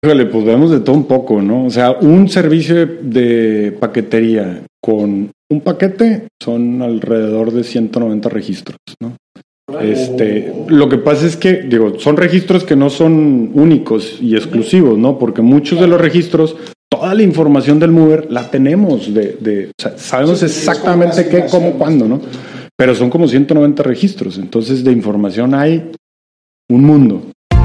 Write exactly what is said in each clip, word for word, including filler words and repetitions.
Híjole, pues vemos de todo un poco, ¿no? O sea, un servicio de paquetería con un paquete son alrededor de ciento noventa registros, ¿no? Este, lo que pasa es que, digo, son registros que no son únicos y exclusivos, ¿no? Porque muchos de los registros, toda la información del mover la tenemos, de, de o sea, sabemos exactamente qué, cómo, cuándo, ¿no? Pero son como ciento noventa registros, entonces de información hay un mundo.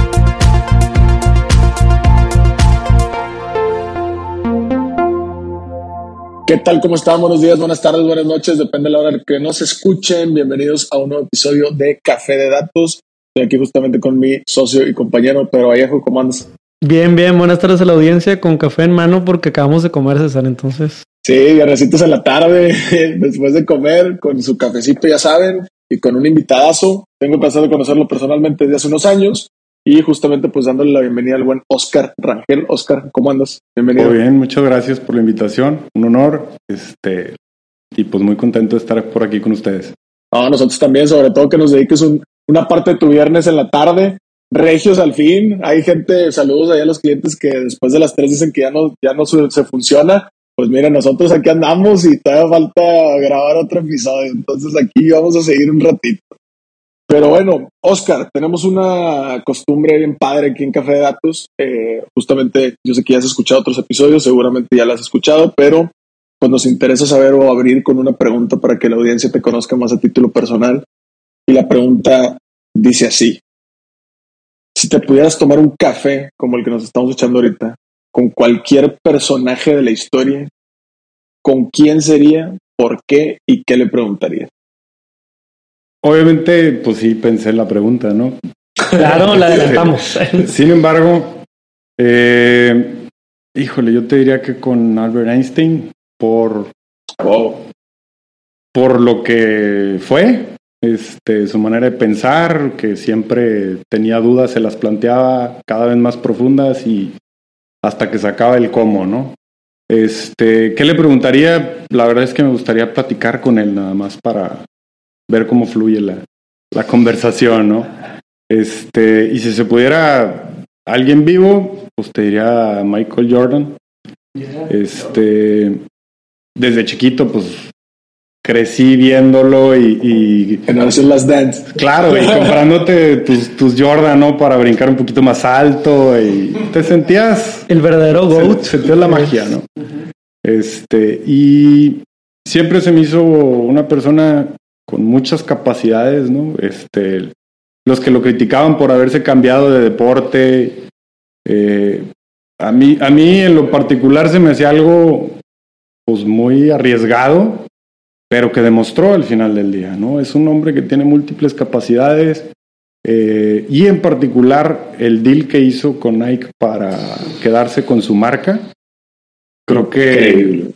¿Qué tal? ¿Cómo están? Buenos días, buenas tardes, buenas noches. Depende de la hora que nos escuchen. Bienvenidos a un nuevo episodio de Café de Datos. Estoy aquí justamente con mi socio y compañero Pedro Vallejo. ¿Cómo andas? Bien, bien. Buenas tardes a la audiencia con café en mano porque acabamos de comer, César, entonces. Sí, viernesitos en la tarde, después de comer, con su cafecito, ya saben, y con un invitadazo. Tengo el placer de conocerlo personalmente desde hace unos años. Y justamente pues dándole la bienvenida al buen Oscar Rangel. Oscar, ¿cómo andas? Bienvenido. Muy bien, muchas gracias por la invitación, un honor, este, y pues muy contento de estar por aquí con ustedes. No, nosotros también, sobre todo que nos dediques un, una parte de tu viernes en la tarde, regios al fin. Hay gente, saludos allá a los clientes que después de las tres dicen que ya no, ya no se, se funciona. Pues mira, nosotros aquí andamos y todavía falta grabar otro episodio, entonces aquí vamos a seguir un ratito. Pero bueno, Oscar, tenemos una costumbre bien padre aquí en Café de Datos. Eh, justamente, yo sé que ya has escuchado otros episodios, seguramente ya las has escuchado, pero pues nos interesa saber o abrir con una pregunta para que la audiencia te conozca más a título personal. Y la pregunta dice así: si te pudieras tomar un café como el que nos estamos echando ahorita, con cualquier personaje de la historia, ¿con quién sería, por qué y qué le preguntarías? Obviamente, pues sí pensé en la pregunta, ¿no? Claro, la adelantamos. Sin embargo, eh, híjole, yo te diría que con Albert Einstein, por, Oh. por lo que fue, este, su manera de pensar, que siempre tenía dudas, se las planteaba cada vez más profundas y hasta que sacaba el cómo, ¿no? Este, ¿qué le preguntaría? La verdad es que me gustaría platicar con él nada más para ver cómo fluye la, la conversación, ¿no? Este, y si se pudiera alguien vivo, pues te diría Michael Jordan. Este, desde chiquito, pues crecí viéndolo y, y Generación Last Dance. claro, y comprándote tus, tus Jordan, ¿no? Para brincar un poquito más alto y te sentías El verdadero GOAT. sentías la magia, ¿no? Este, y siempre se me hizo una persona con muchas capacidades, ¿no? Este, los que lo criticaban por haberse cambiado de deporte, eh, a mí, a mí en lo particular se me hacía algo, pues muy arriesgado, pero que demostró al final del día, ¿no? Es un hombre que tiene múltiples capacidades, eh, y en particular el deal que hizo con Nike para quedarse con su marca, creo que Increíble.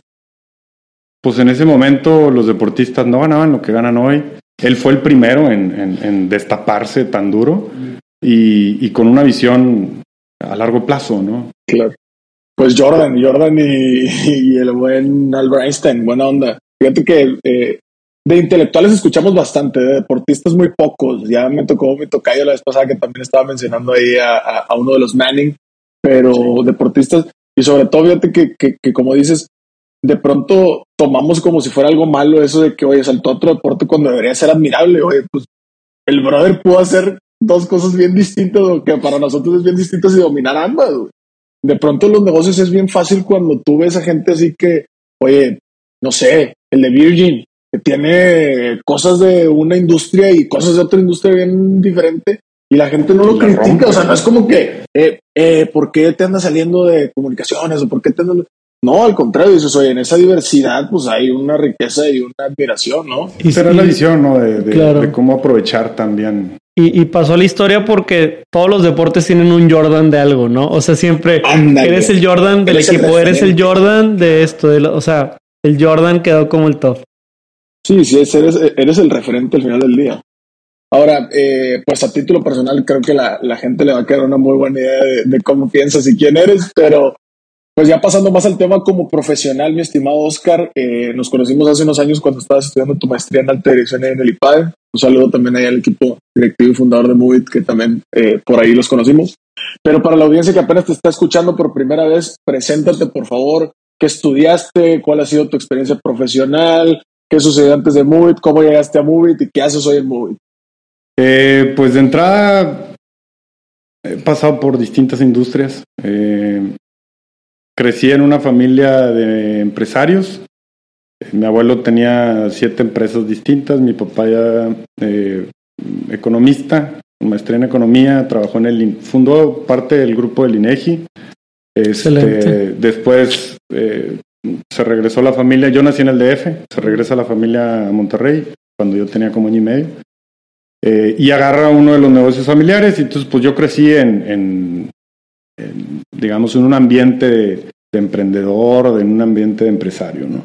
pues en ese momento los deportistas no ganaban lo que ganan hoy. Él fue el primero en, en, en destaparse tan duro y, y con una visión a largo plazo, ¿no? Claro. Pues Jordan, Jordan y, y el buen Albert Einstein, buena onda. Fíjate que eh, de intelectuales escuchamos bastante, de deportistas muy pocos. Ya me tocó mi tocayo la vez pasada que también estaba mencionando ahí a, a, a uno de los Manning, pero sí. Deportistas, y sobre todo fíjate que, que, que como dices, de pronto tomamos como si fuera algo malo eso de que, oye, saltó a otro deporte cuando debería ser admirable. Oye, pues el brother pudo hacer dos cosas bien distintas, o que para nosotros es bien distintas, y dominar ambas, güey. De pronto en los negocios es bien fácil cuando tú ves a gente así que, oye, no sé, el de Virgin, que tiene cosas de una industria y cosas de otra industria bien diferente, y la gente no lo La critica. rompe. O sea, no es como que, eh, eh, ¿por qué te andas saliendo de comunicaciones? ¿O por qué te andas...? No, al contrario, dices, oye, en esa diversidad pues hay una riqueza y una admiración, ¿no? Y, Pero es la visión, ¿no? De, de, claro. de cómo aprovechar también. Y, y pasó a la historia porque todos los deportes tienen un Jordan de algo, ¿no? O sea, siempre Ándale. eres el Jordan del Eres el equipo, eres el referente. Jordan de esto, de lo- o sea, el Jordan quedó como el top. Sí, sí, es- eres, eres el referente al final del día. Ahora, eh, pues a título personal creo que la, la gente le va a quedar una muy buena idea de, de cómo piensas y quién eres, pero pues ya pasando más al tema como profesional, mi estimado Oscar, eh, nos conocimos hace unos años cuando estabas estudiando tu maestría en alta dirección en el I P A D E. Un saludo también ahí al equipo directivo y fundador de Movit, que también eh, por ahí los conocimos. Pero para la audiencia que apenas te está escuchando por primera vez, preséntate, por favor. ¿Qué estudiaste? ¿Cuál ha sido tu experiencia profesional? ¿Qué sucedió antes de Movit? ¿Cómo llegaste a Movit? ¿Y qué haces hoy en Movit? Eh, pues de entrada he pasado por distintas industrias. Eh, crecí en una familia de empresarios. Mi abuelo tenía siete empresas distintas. Mi papá ya eh, economista, maestría en economía, trabajó en el, fundó parte del grupo del INEGI. Este, después eh, se regresó la familia. Yo nací en el D F. Se regresa la familia a Monterrey cuando yo tenía como año y medio. Eh, y agarra uno de los negocios familiares. Y entonces, pues yo crecí en, en, en digamos, en un ambiente de, de emprendedor, en un ambiente de empresario, ¿no?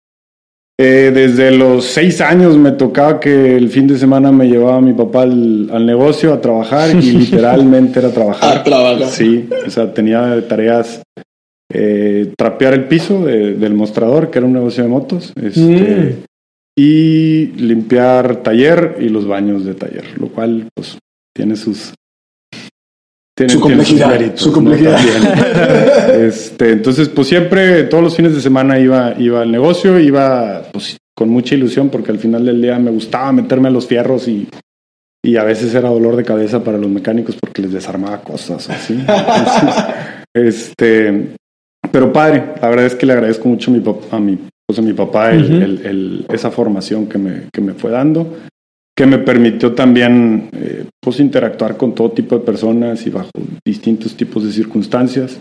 Eh, desde los seis años me tocaba que el fin de semana me llevaba mi papá al, al negocio a trabajar y literalmente era trabajar. A trabajar. Sí, o sea, tenía tareas, eh, trapear el piso de, del mostrador, que era un negocio de motos, este, mm. y limpiar taller y los baños de taller, lo cual pues tiene sus... Tiene, su complejidad, tiene méritos, su complejidad. ¿no? Este, entonces, pues siempre, todos los fines de semana iba, iba al negocio, iba pues, con mucha ilusión porque al final del día me gustaba meterme a los fierros y, y a veces era dolor de cabeza para los mecánicos porque les desarmaba cosas o así. Entonces, este, pero padre, la verdad es que le agradezco mucho a mi papá, a mi, pues a mi papá el, uh-huh. el, el, esa formación que me, que me fue dando, que me permitió también eh, pues interactuar con todo tipo de personas y bajo distintos tipos de circunstancias.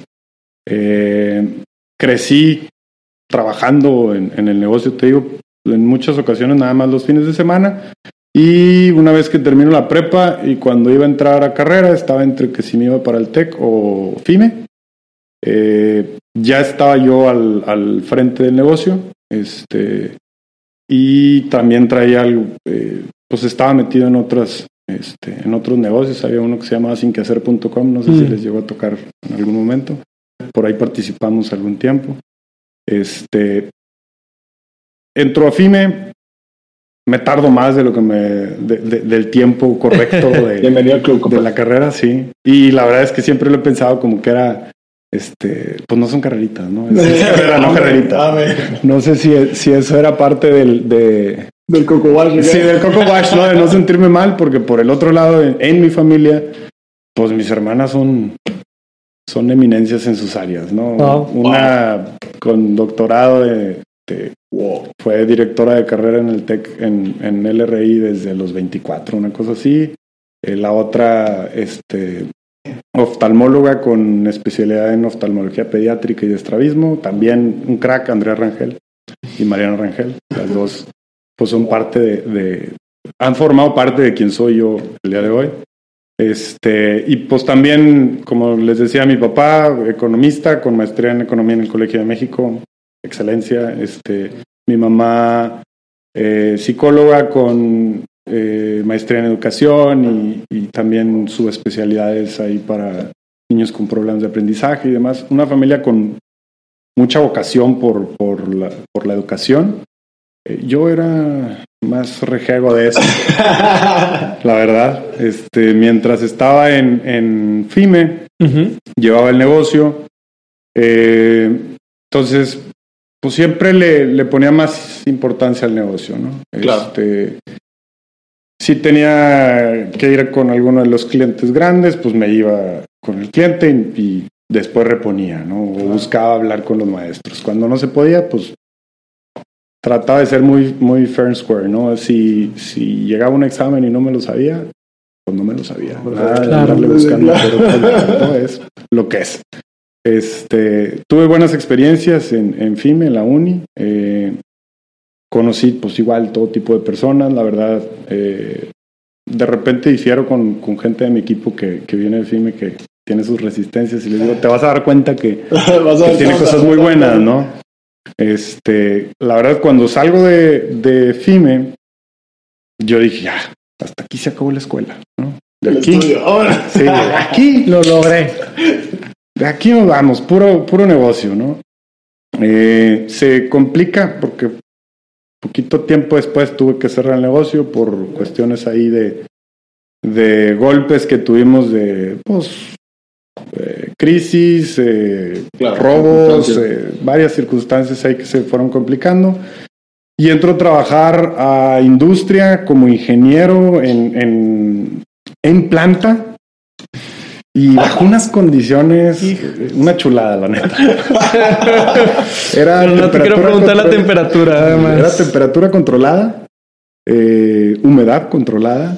Eh, crecí trabajando en, en el negocio, te digo, en muchas ocasiones nada más los fines de semana, y una vez que termino la prepa y cuando iba a entrar a carrera estaba entre que si me iba para el TEC o FIME. Eh, ya estaba yo al, al frente del negocio, este, y también traía algo, eh, pues estaba metido en otras, este, en otros negocios. Había uno que se llamaba sin que hacer punto com, no sé mm. si les llegó a tocar en algún momento. Por ahí participamos algún tiempo. Este, entro a FIME, me tardo más de lo que me, de, de, del tiempo correcto de, Bienvenido al club, de la carrera, sí. Y la verdad es que siempre lo he pensado como que era, este, pues no son carreritas, ¿no? Es carrera, no carrerita. No sé si, si eso era parte del, de, Del Coco Wash. Sí, del Coco Wash, ¿no? De no sentirme mal, porque por el otro lado, en, en mi familia, pues mis hermanas son, son eminencias en sus áreas, ¿no? Wow. Una wow. con doctorado de, de wow. fue directora de carrera en el TEC, en, en L R I desde los veinticuatro, una cosa así. Eh, la otra, este, oftalmóloga con especialidad en oftalmología pediátrica y de estrabismo. También un crack, Andrea Rangel y Mariana Rangel, las dos. Pues son parte de, de, han formado parte de quien soy yo el día de hoy. Este, y pues también, como les decía, mi papá, economista, con maestría en economía en el Colegio de México, excelencia. Este, mi mamá, eh, psicóloga con eh, maestría en educación y, y también subespecialidades ahí para niños con problemas de aprendizaje y demás. Una familia con mucha vocación por, por, la, por la educación. Yo era más rejego de eso, la verdad. Este, mientras estaba en, en FIME, uh-huh. llevaba el negocio. Eh, entonces, pues siempre le, le ponía más importancia al negocio, ¿no? Claro. Este, si tenía que ir con alguno de los clientes grandes, pues me iba con el cliente y, y después reponía, ¿no? O claro. buscaba hablar con los maestros. Cuando no se podía, pues trataba de ser muy, muy fair and square, ¿no? Si, si llegaba un examen y no me lo sabía, pues no me lo sabía. Nada de claro, andarle buscando, pero pues, no es lo que es. Este, tuve buenas experiencias en, en FIME, en la uni. Eh, conocí, pues igual, todo tipo de personas. La verdad, eh, de repente difiero con, con gente de mi equipo que, que viene de FIME, que tiene sus resistencias, y les digo, te vas a dar cuenta que, que tiene cosas muy buenas, ¿no? Este, la verdad, cuando salgo de, de FIME, yo dije, ya, hasta aquí se acabó la escuela, ¿no? De aquí, sí, de aquí lo logré. De aquí nos vamos, puro, puro negocio, ¿no? Eh, se complica porque poquito tiempo después tuve que cerrar el negocio por cuestiones ahí de, de golpes que tuvimos de, pues, eh, crisis, eh, Claro, robos, circunstancias. eh, varias circunstancias ahí que se fueron complicando. Y entro a trabajar a industria como ingeniero en, en, en planta. Y bajo unas condiciones, eh, una chulada, la neta. Era Pero no te quiero temperatura preguntar la control- temperatura, además. Era temperatura controlada, eh, humedad controlada.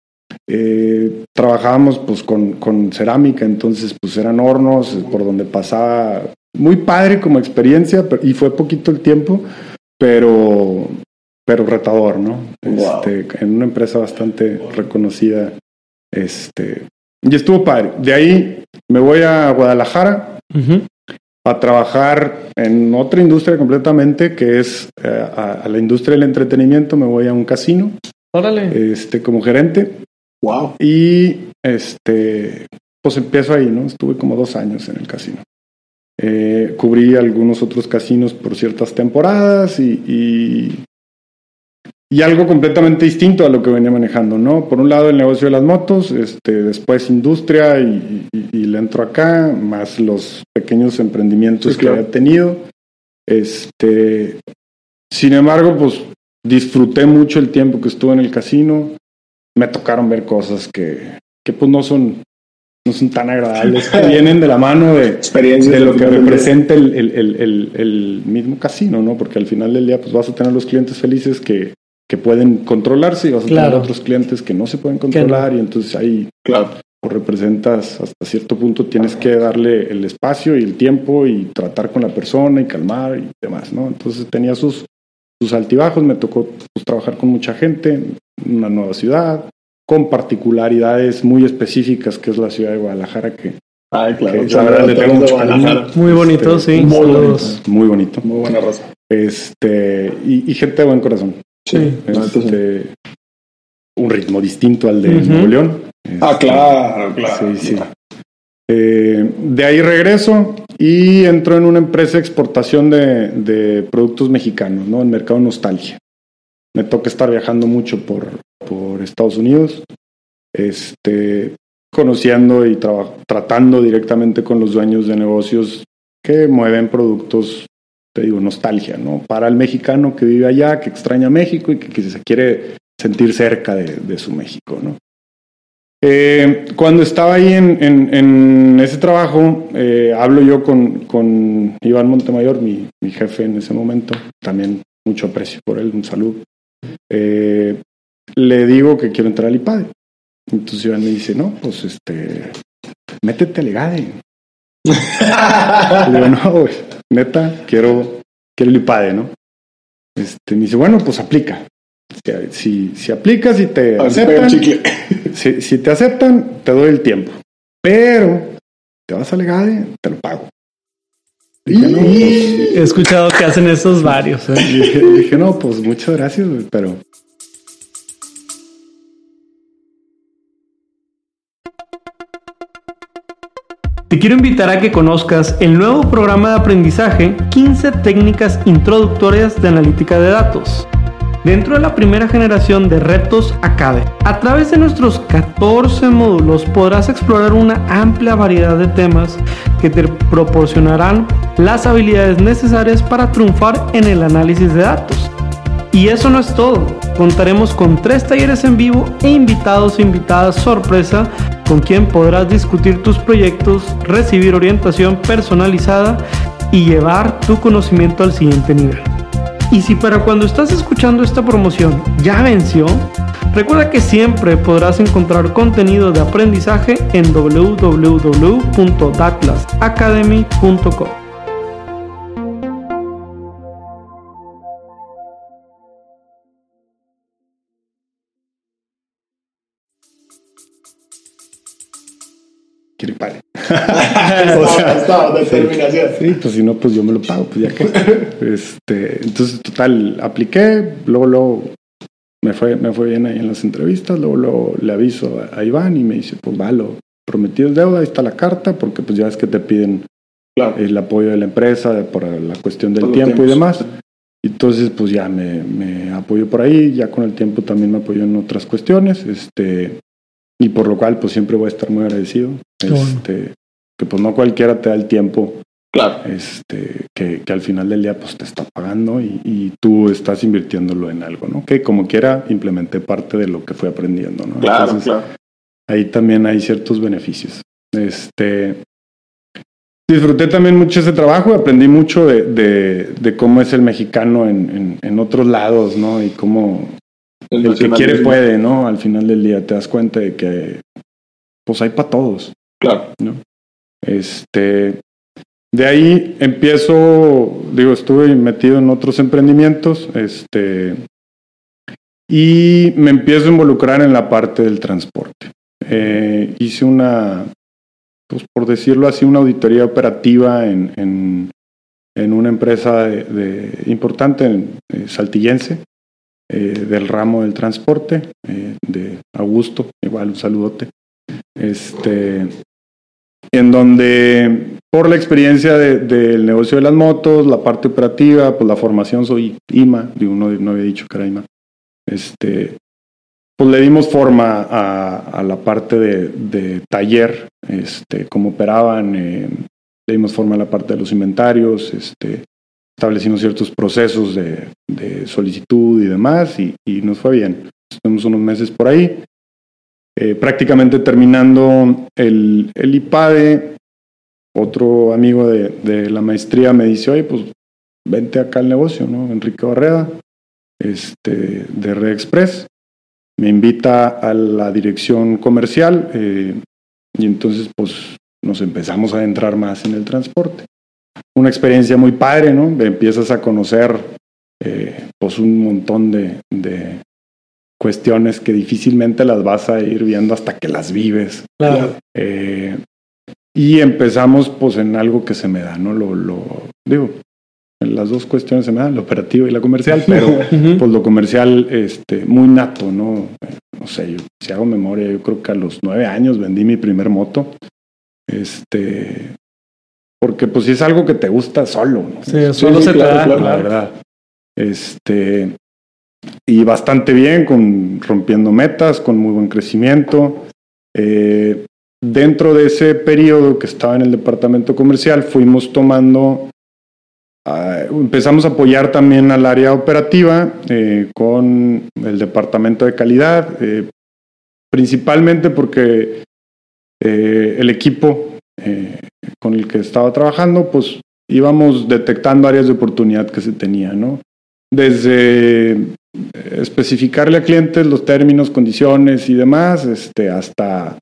Eh, trabajábamos pues con, con cerámica, entonces pues eran hornos eh, por donde pasaba. Muy padre como experiencia, pero- y fue poquito el tiempo, pero, pero retador, ¿no? Wow. Este, en una empresa bastante reconocida. Este, y estuvo padre. De ahí me voy a Guadalajara Ujú. a trabajar en otra industria completamente, que es eh, a, a la industria del entretenimiento. Me voy a un casino Órale. este, como gerente Wow. y este, pues empiezo ahí, ¿no? Estuve como dos años en el casino. Eh, cubrí algunos otros casinos por ciertas temporadas y, y, y algo completamente distinto a lo que venía manejando, ¿no? Por un lado el negocio de las motos, este, después industria y, y, y le entro acá, más los pequeños emprendimientos Sí, claro. que había tenido. Este, sin embargo, pues disfruté mucho el tiempo que estuve en el casino. Me tocaron ver cosas que, que pues no son, no son tan agradables, que vienen de la mano de, Experiencias de lo al que final del día. representa el, el, el, el, el mismo casino, ¿no? Porque al final del día pues vas a tener los clientes felices que, que pueden controlarse y vas a Claro. tener otros clientes que no se pueden controlar y entonces ahí Claro. pues, representas hasta cierto punto, tienes que darle el espacio y el tiempo y tratar con la persona y calmar y demás, ¿no? Entonces tenía sus, sus altibajos, me tocó pues, trabajar con mucha gente en una nueva ciudad, con particularidades muy específicas, que es la ciudad de Guadalajara, que, Ay, claro. que la verdad le tengo mucho cariño. Muy bonito, Este, sí. muy Saludos. Muy bonito. Muy buena raza. Este, y, y gente de buen corazón. Sí. la neta sí. Este, un ritmo distinto al de Ujú. Nuevo León. Ah, Este, claro, claro. Sí, sí. Eh, de ahí regreso y entro en una empresa de exportación de, de productos mexicanos, ¿no? En mercado nostalgia. Me toca estar viajando mucho por, por Estados Unidos, este, conociendo y traba- tratando directamente con los dueños de negocios que mueven productos, te digo, nostalgia, ¿no? Para el mexicano que vive allá, que extraña México y que, que se quiere sentir cerca de, de su México, ¿no? Eh, cuando estaba ahí en, en, en ese trabajo, eh, hablo yo con, con Iván Montemayor, mi, mi jefe en ese momento, también mucho aprecio por él, un saludo. Eh, le digo que quiero entrar al IPADE. Entonces Iván me dice, no, pues este, métete al IGADE. Le digo, no, güey, neta, quiero, quiero el IPADE, ¿no? Este, me dice, bueno, pues aplica. Si, si, si aplicas y te A ver si pega el aceptan, chicle. si, si te aceptan, te doy el tiempo. Pero te vas al IGADE, te lo pago. Dije, no, pues, He escuchado que hacen esos varios. ¿eh? dije, dije, no, pues muchas gracias, güey, pero Te quiero invitar a que conozcas el nuevo programa de aprendizaje quince técnicas introductorias de analítica de datos. Dentro de la primera generación de Retos Academy, a través de nuestros catorce módulos podrás explorar una amplia variedad de temas que te proporcionarán las habilidades necesarias para triunfar en el análisis de datos. Y eso no es todo, contaremos con tres talleres en vivo e invitados e invitadas sorpresa con quien podrás discutir tus proyectos, recibir orientación personalizada y llevar tu conocimiento al siguiente nivel. Y si para cuando estás escuchando esta promoción ya venció, recuerda que siempre podrás encontrar contenido de aprendizaje en w w w punto datlas academy punto com. quiero el IPADE. O sea, está, determinación. Sí, pues si no, pues yo me lo pago, pues ya que. Este, entonces, total, apliqué, luego, luego me fue, me fue bien ahí en las entrevistas, luego, luego le aviso a, a Iván y me dice, pues va, lo prometido es deuda, ahí está la carta, porque pues ya ves que te piden Claro. el apoyo de la empresa por la cuestión del Por los tiempo y tiempos. demás. Entonces, pues ya me, me apoyo por ahí, ya con el tiempo también me apoyo en otras cuestiones, este, y por lo cual, pues siempre voy a estar muy agradecido. Qué bueno. Este, que pues no cualquiera te da el tiempo. Claro. Este, que, que al final del día pues te está pagando y, y tú estás invirtiéndolo en algo, ¿no? Que como quiera implementé parte de lo que fui aprendiendo, ¿no? Claro, Entonces, claro. Ahí también hay ciertos beneficios. Este, disfruté también mucho ese trabajo, aprendí mucho de, de, de cómo es el mexicano en, en, en otros lados, ¿no? Y cómo el, el que quiere puede, ¿no? Al final del día te das cuenta de que pues hay para todos. Claro. ¿No? Este, de ahí empiezo, digo, estuve metido en otros emprendimientos, este, y me empiezo a involucrar en la parte del transporte. Eh, hice una, pues por decirlo así, una auditoría operativa en, en, en una empresa de, de, importante, en, eh, saltillense, eh, del ramo del transporte, eh, de Augusto, igual un saludote. Este, en donde por la experiencia de, del negocio de las motos, la parte operativa, pues la formación, soy I M A, digo, no, no había dicho que era I M A, este, pues le dimos forma a, a la parte de, de taller, este, cómo operaban, eh, le dimos forma a la parte de los inventarios, este, establecimos ciertos procesos de, de solicitud y demás, y, y nos fue bien. Estuvimos unos meses por ahí. Eh, prácticamente terminando el, el IPADE, otro amigo de, de la maestría me dice, oye, pues vente acá al negocio, ¿no? Enrique Barreda, este, de Red Express, me invita a la dirección comercial, eh, y entonces pues nos empezamos a adentrar más en el transporte. Una experiencia muy padre, ¿no? Empiezas a conocer eh, pues un montón de, de cuestiones que difícilmente las vas a ir viendo hasta que las vives. Claro. Eh, y empezamos pues en algo que se me da, ¿no? Lo, lo digo, en las dos cuestiones se me dan, lo operativo y la comercial, pero pues lo comercial este, muy nato, ¿no? No sé, yo, si hago memoria, yo creo que a los nueve años vendí mi primer moto. Este, porque pues si es algo que te gusta solo, ¿no? Sí, solo sí, se claro, te da, claro. La verdad. Este, y bastante bien, con rompiendo metas, con muy buen crecimiento. Eh, dentro de ese periodo que estaba en el departamento comercial, fuimos tomando, uh, empezamos a apoyar también al área operativa eh, con el departamento de calidad, eh, principalmente porque eh, el equipo eh, con el que estaba trabajando, pues íbamos detectando áreas de oportunidad que se tenía, ¿no? Desde especificarle a clientes los términos, condiciones y demás, este, hasta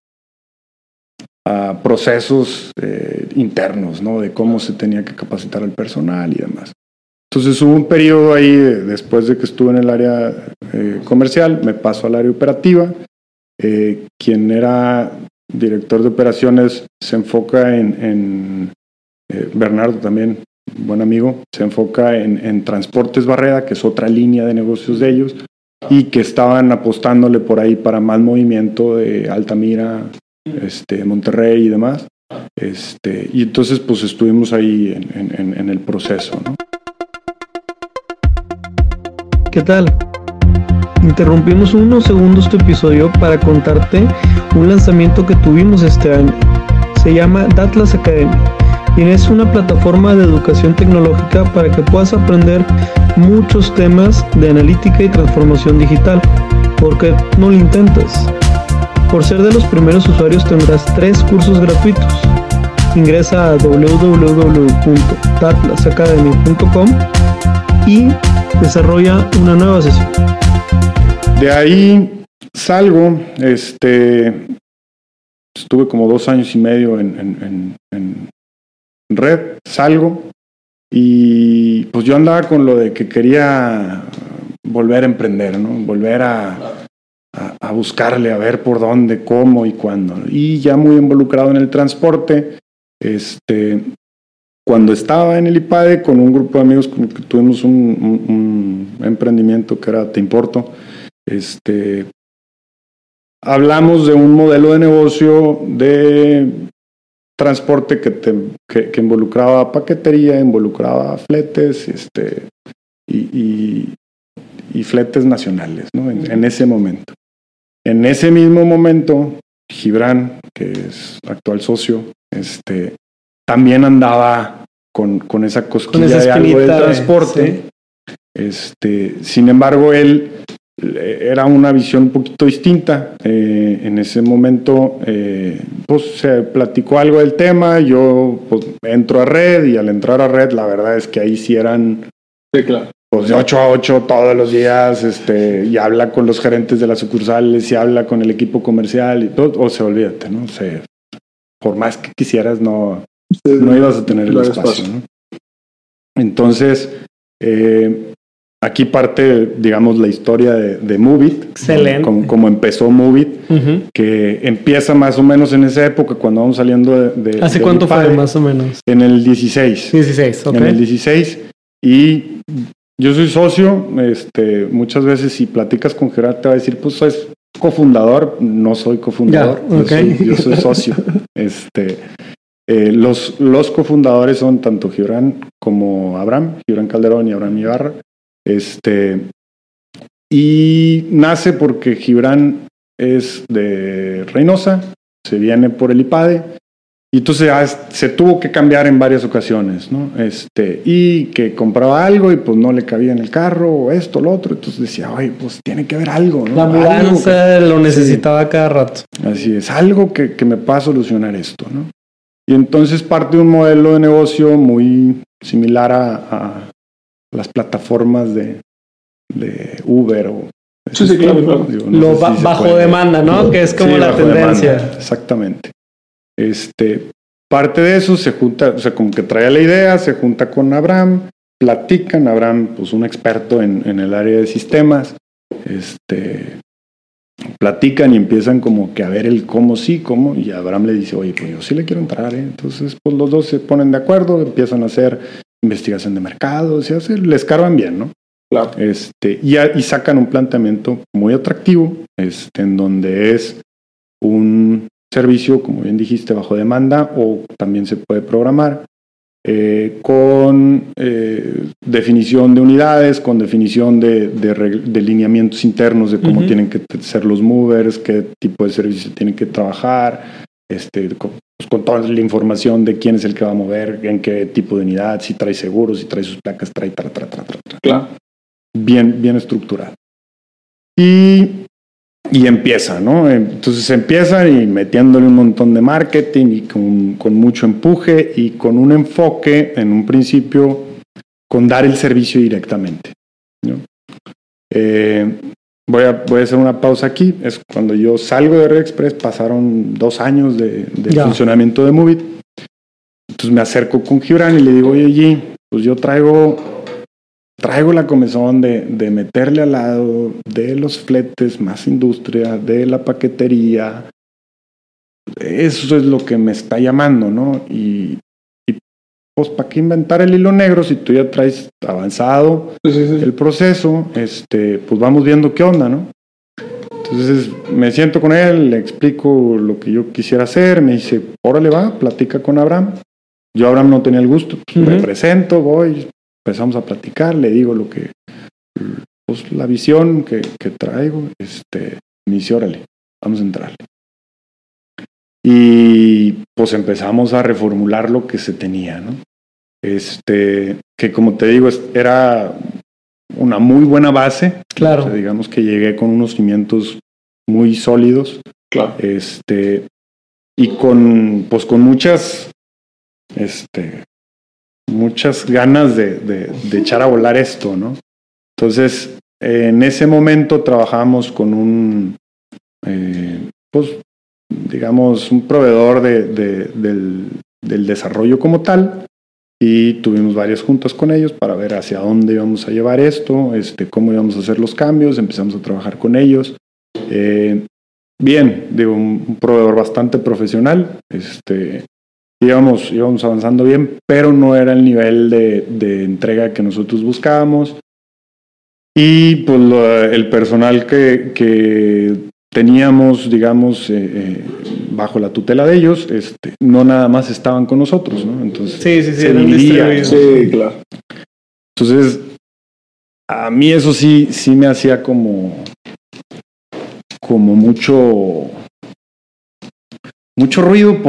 a procesos eh, internos, ¿no? De cómo se tenía que capacitar al personal y demás. Entonces hubo un periodo ahí, eh, después de que estuve en el área eh, comercial, me paso al área operativa. Eh, quien era director de operaciones se enfoca en, en eh, Bernardo también, buen amigo, se enfoca en, en Transportes Barreda, que es otra línea de negocios de ellos, y que estaban apostándole por ahí para más movimiento de Altamira, este, Monterrey y demás. Este, y entonces pues estuvimos ahí en, en, en el proceso, ¿no? ¿Qué tal? Interrumpimos unos segundos tu episodio para contarte un lanzamiento que tuvimos este año. Se llama Datlas Academy y es una plataforma de educación tecnológica para que puedas aprender muchos temas de analítica y transformación digital. ¿Por qué no lo intentas? Por ser de los primeros usuarios tendrás tres cursos gratuitos. Ingresa a w w w punto datlas academy punto com y desarrolla una nueva sesión. De ahí salgo, este, estuve como dos años y medio en, en, en, en red, salgo y pues yo andaba con lo de que quería volver a emprender, ¿no? Volver a, a, a buscarle, a ver por dónde, cómo y cuándo. Y ya muy involucrado en el transporte, este, cuando estaba en el IPADE con un grupo de amigos con que tuvimos un, un, un emprendimiento que era Te Importo. Este, hablamos de un modelo de negocio de transporte que, te, que, que involucraba paquetería, involucraba fletes, este, y, y, y fletes nacionales, ¿no? En, en ese momento. En ese mismo momento, Gibran, que es actual socio, este, también andaba con, con esa cosquilla con esa de algo de espinita de- transporte. sí. Este, sin embargo, él eh, era una visión un poquito distinta. Eh, en ese momento, eh, pues se platicó algo del tema. Yo pues, entro a red y al entrar a red, la verdad es que ahí sí eran Sí, claro. pues, de ocho a ocho todos los días. Este, y habla con los gerentes de las sucursales, y habla con el equipo comercial y todo. O sea, olvídate, ¿no? O sea, por más que quisieras, no, no ibas a tener el Claro, espacio, espacio. ¿no? Entonces, eh, aquí parte, digamos, la historia de, de Moovit. Excelente. Como, como empezó Moovit, Ujú. que empieza más o menos en esa época, cuando vamos saliendo de... de ¿Hace de cuánto fue, Bipade, más o menos? En el dieciséis. dieciséis, ok. En el dieciséis. Y yo soy socio. Este, muchas veces si platicas con Gerard te va a decir, pues soy cofundador. No soy cofundador. Ya, yo, ok. soy, yo soy socio. este... Eh, los, los cofundadores son tanto Gibran como Abraham, Gibran Calderón y Abraham Ibarra. Este, y nace porque Gibran es de Reynosa, se viene por el Ipade, y entonces ah, se tuvo que cambiar en varias ocasiones, ¿no? Este, y que compraba algo y pues no le cabía en el carro, o esto, lo otro, entonces decía, ay, pues tiene que haber algo, ¿no? La Algo mudanza que- lo necesitaba cada rato. Así es, algo que, que me pueda solucionar esto, ¿no? Y entonces parte de un modelo de negocio muy similar a, a las plataformas de, de Uber o... Sí, sí, claro, claro. Digo, no Lo sé ba- si se bajo puede. demanda, ¿no? Que es como Sí, la bajo tendencia. demanda, exactamente. Este, parte de eso se junta, o sea, como que trae la idea, se junta con Abraham, platican, Abraham, pues un experto en, en el área de sistemas, este, platican y empiezan como que a ver el cómo sí, cómo, y Abraham le dice, oye, pues yo sí le quiero entrar, ¿eh? Entonces, pues los dos se ponen de acuerdo, empiezan a hacer investigación de mercados y hacer, les cargan bien, ¿no? Claro. Este, y, a- y sacan un planteamiento muy atractivo, este, en donde es un servicio, como bien dijiste, bajo demanda, o también se puede programar, eh, con eh, definición de unidades, con definición de, de, reg- de lineamientos internos de cómo Ujú. tienen que t- ser los movers, qué tipo de servicio tienen que trabajar, este, con, pues, con toda la información de quién es el que va a mover, en qué tipo de unidad, si trae seguros, si trae sus placas, trae, tra, tra, tra, tra, tra. Claro. Bien, bien estructurado. Y, y empieza, ¿no? Entonces empiezan y metiéndole un montón de marketing y con, con mucho empuje y con un enfoque en un principio con dar el servicio directamente, ¿no? Eh, voy, a, voy a hacer una pausa aquí. Es cuando yo salgo de Red Express, pasaron dos años de, de Ya. funcionamiento de Moovit. Entonces me acerco con Gibran y le digo, oye, G, pues yo traigo traigo la comezón de, de meterle al lado de los fletes, más industria, de la paquetería. Eso es lo que me está llamando, ¿no? Y, y pues, ¿para qué inventar el hilo negro si tú ya traes avanzado Sí, sí, sí. el proceso? Este, pues vamos viendo qué onda, ¿no? Entonces me siento con él, le explico lo que yo quisiera hacer, me dice, órale va, platica con Abraham. Yo Abraham no tenía el gusto, pues, Ujú. me presento, voy, empezamos a platicar, le digo lo que, pues la visión que, que traigo, este, me dice, órale, vamos a entrarle. Y pues empezamos a reformular lo que se tenía, ¿no? Este, que como te digo, es- era una muy buena base. Claro. O sea, digamos que llegué con unos cimientos muy sólidos, Claro. este, y con, pues con muchas, este, muchas ganas de, de, de echar a volar esto, ¿no? Entonces, eh, en ese momento trabajamos con un, eh, pues, digamos, un proveedor de, de, del, del desarrollo como tal, y tuvimos varias juntas con ellos para ver hacia dónde íbamos a llevar esto, este, cómo íbamos a hacer los cambios, empezamos a trabajar con ellos. Eh, bien, digo, un, un proveedor bastante profesional, este, íbamos, íbamos avanzando bien, pero no era el nivel de, de entrega que nosotros buscábamos. Y pues lo, el personal que, que teníamos, digamos, eh, eh, bajo la tutela de ellos, este, no nada más estaban con nosotros, ¿no? Entonces Sí, sí, sí, se eran dividía. distribuidos. Sí, claro. Entonces, a mí eso sí, sí me hacía como, como mucho, mucho ruido por,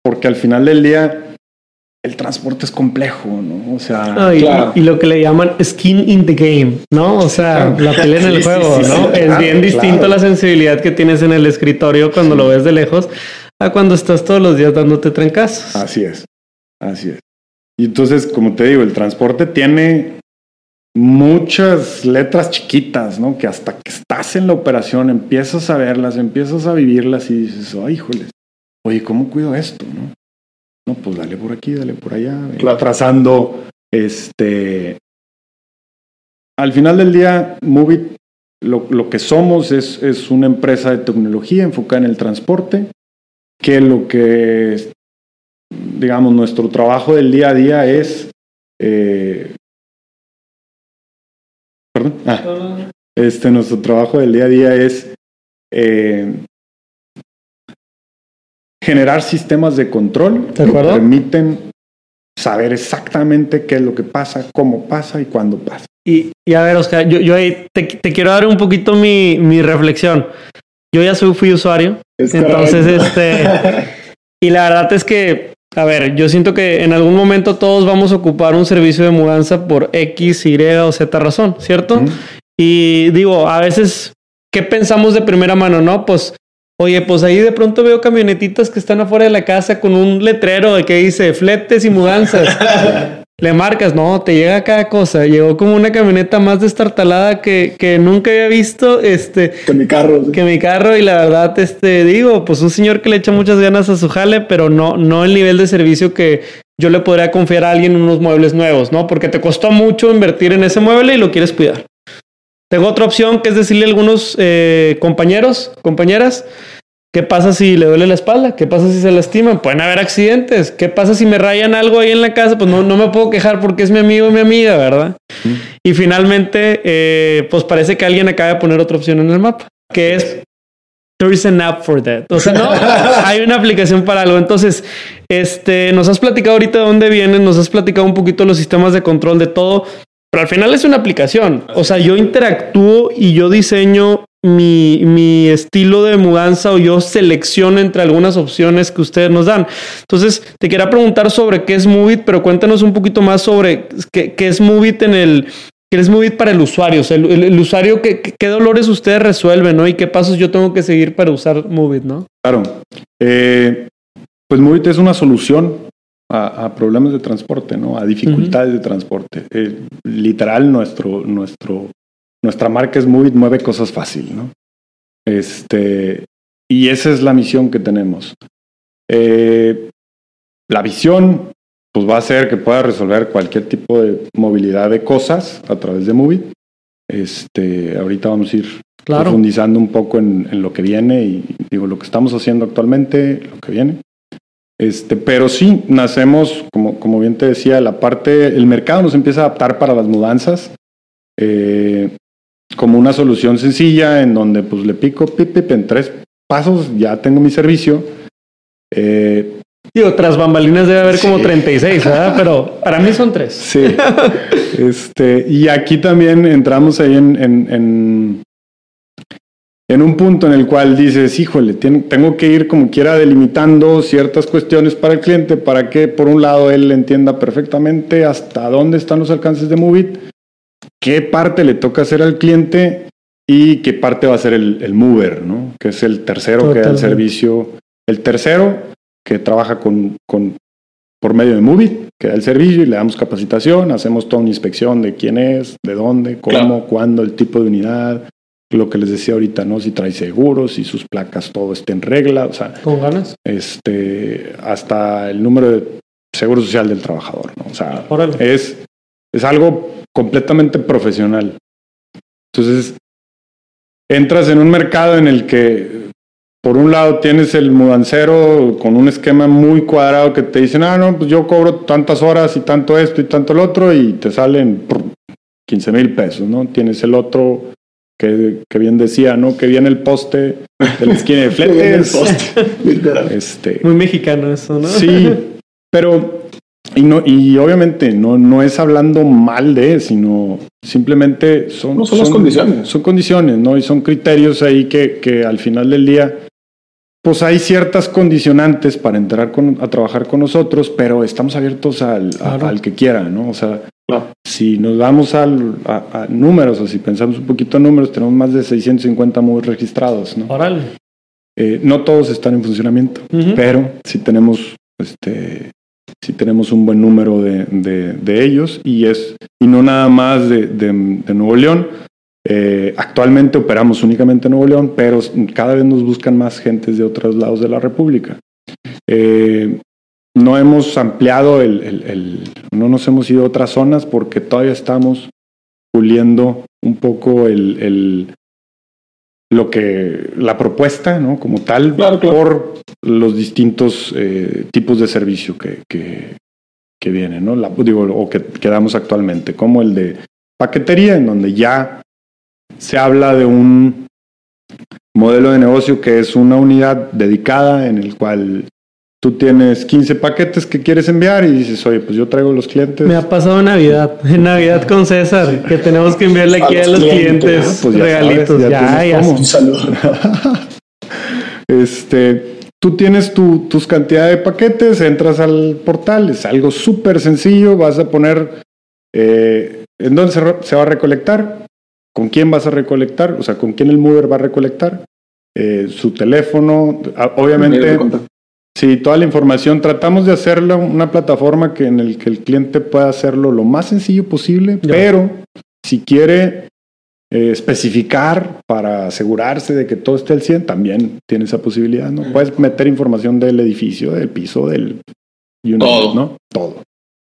porque al final del día el transporte es complejo, ¿no? O sea, no, y, claro. y lo que le llaman skin in the game, ¿no? O sea, claro. La pelea en el sí, juego, sí, sí, ¿no? Sí, es claro, bien distinto claro. La sensibilidad que tienes en el escritorio cuando sí. Lo ves de lejos a cuando estás todos los días dándote trancazos. Así es, así es. Y entonces, como te digo, el transporte tiene muchas letras chiquitas, ¿no? Que hasta que estás en la operación empiezas a verlas, empiezas a vivirlas y dices, oh, híjole, oye, ¿cómo cuido esto, no? No, pues dale por aquí, dale por allá, claro. Trazando, este... Al final del día, Moovit, lo, lo que somos es, es una empresa de tecnología enfocada en el transporte, que lo que, digamos, nuestro trabajo del día a día es... Eh, perdón. Ah, este, nuestro trabajo del día a día es... Eh, generar sistemas de control que permiten saber exactamente qué es lo que pasa, cómo pasa y cuándo pasa. Y, y a ver, Oscar, yo, yo ahí te, te quiero dar un poquito mi, mi reflexión. Yo ya soy, fui usuario, es entonces correcto. este... y la verdad es que, a ver, yo siento que en algún momento todos vamos a ocupar un servicio de mudanza por X, Y o Z razón, ¿cierto? Uh-huh. Y digo, a veces, ¿qué pensamos de primera mano, no? Pues... Oye, pues ahí de pronto veo camionetitas que están afuera de la casa con un letrero de que dice fletes y mudanzas. Le marcas, no, te llega cada cosa. Llegó como una camioneta más destartalada que, que nunca había visto. Este, que mi carro. ¿Sí? Que mi carro y la verdad, este, digo, pues un señor que le echa muchas ganas a su jale, pero no, no el nivel de servicio que yo le podría confiar a alguien en unos muebles nuevos, ¿no? Porque te costó mucho invertir en ese mueble y lo quieres cuidar. Tengo otra opción que es decirle a algunos eh, compañeros, compañeras, ¿qué pasa si le duele la espalda? ¿Qué pasa si se lastiman? Pueden haber accidentes. ¿Qué pasa si me rayan algo ahí en la casa? Pues no, no me puedo quejar porque es mi amigo o mi amiga, ¿verdad? Mm. Y finalmente, eh, pues parece que alguien acaba de poner otra opción en el mapa, que es there is an app for that. O sea, no, hay una aplicación para algo. Entonces, este, nos has platicado ahorita de dónde vienen, nos has platicado un poquito los sistemas de control de todo. Pero al final es una aplicación. O sea, yo interactúo y yo diseño mi, mi estilo de mudanza o yo selecciono entre algunas opciones que ustedes nos dan. Entonces, te quería preguntar sobre qué es Moovit, pero cuéntanos un poquito más sobre qué, qué es Moovit en el... ¿Qué es Moovit para el usuario? O sea, el, el, el usuario, ¿qué, ¿qué dolores ustedes resuelven, ¿no? Y qué pasos yo tengo que seguir para usar Moovit, ¿no? Claro. Eh, pues Moovit es una solución A, a problemas de transporte, ¿no? A dificultades uh-huh. de transporte. Eh, literal, nuestro, nuestro, nuestra marca es Moovit, mueve cosas fácil, ¿no? Este, y esa es la misión que tenemos. Eh, la visión, pues va a ser que pueda resolver cualquier tipo de movilidad de cosas a través de Moovit. Este, ahorita vamos a ir claro. profundizando un poco en, en lo que viene y digo, lo que estamos haciendo actualmente, lo que viene. Este, pero sí, nacemos, como, como bien te decía, la parte, el mercado nos empieza a adaptar para las mudanzas eh, como una solución sencilla en donde pues le pico pip, pip, en tres pasos ya tengo mi servicio. Eh, Digo, tras bambalinas debe haber sí. como treinta y seis, ¿verdad? Pero para mí son tres. Sí. este, y aquí también entramos ahí en... en, en En un punto en el cual dices, híjole, tengo que ir como quiera delimitando ciertas cuestiones para el cliente para que, por un lado, él entienda perfectamente hasta dónde están los alcances de Moovit, qué parte le toca hacer al cliente y qué parte va a ser el, el mover, ¿no? Que es el tercero Totalmente. que da el servicio. El tercero que trabaja con, con por medio de Moovit, que da el servicio y le damos capacitación, hacemos toda una inspección de quién es, de dónde, cómo, claro. cuándo, el tipo de unidad. Lo que les decía ahorita, ¿no? Si trae seguros, si sus placas, todo esté en regla, o sea... ¿Con ganas? Este, hasta el número de seguro social del trabajador, ¿no? O sea, es, es algo completamente profesional. Entonces, entras en un mercado en el que, por un lado, tienes el mudancero con un esquema muy cuadrado que te dicen, ah, no, pues yo cobro tantas horas y tanto esto y tanto el otro y te salen quince mil pesos, ¿no? Tienes el otro... Que, que bien decía, ¿no? Que viene el poste de la esquina de fletes. este, Muy mexicano eso, ¿no? Sí, pero y no y obviamente no, no es hablando mal de, sino simplemente son, no, son, son las condiciones. Son condiciones, ¿no? Y son criterios ahí que, que al final del día pues hay ciertas condicionantes para entrar con, a trabajar con nosotros, pero estamos abiertos al, a, al que quiera, ¿no? O sea, claro. Si nos vamos al, a, a números, o si pensamos un poquito en números, tenemos más de seiscientos cincuenta móviles registrados, ¿no? Órale. Eh, no todos están en funcionamiento, uh-huh. pero sí tenemos, este, sí tenemos un buen número de, de, de ellos, y es y no nada más de, de, de Nuevo León. Eh, actualmente operamos únicamente en Nuevo León, pero cada vez nos buscan más gentes de otros lados de la República. Eh, no hemos ampliado, el, el, el, no nos hemos ido a otras zonas porque todavía estamos puliendo un poco el, el, lo que, la propuesta, ¿no? Como tal, claro, claro. por los distintos eh, tipos de servicio que, que, que vienen, ¿no? La, digo, o que, que damos actualmente, como el de paquetería, en donde ya se habla de un modelo de negocio que es una unidad dedicada en el cual tú tienes quince paquetes que quieres enviar y dices, oye, pues yo traigo los clientes. Me ha pasado en Navidad, en Navidad con César, sí. que tenemos que enviarle aquí a los, a los clientes, clientes pues ya regalitos. Sabes, ya, ya, ya. Un saludo. este, tú tienes tu, tus cantidades de paquetes, entras al portal, es algo súper sencillo, vas a poner eh, en dónde se, se va a recolectar, con quién vas a recolectar, o sea, con quién el mover va a recolectar, eh, su teléfono, obviamente, sí, toda la información. Tratamos de hacerlo una plataforma que en el que el cliente pueda hacerlo lo más sencillo posible, ya. pero si quiere eh, especificar para asegurarse de que todo esté al cien, también tiene esa posibilidad, ¿no? Puedes meter información del edificio, del piso, del... You know, todo. ¿no? Todo.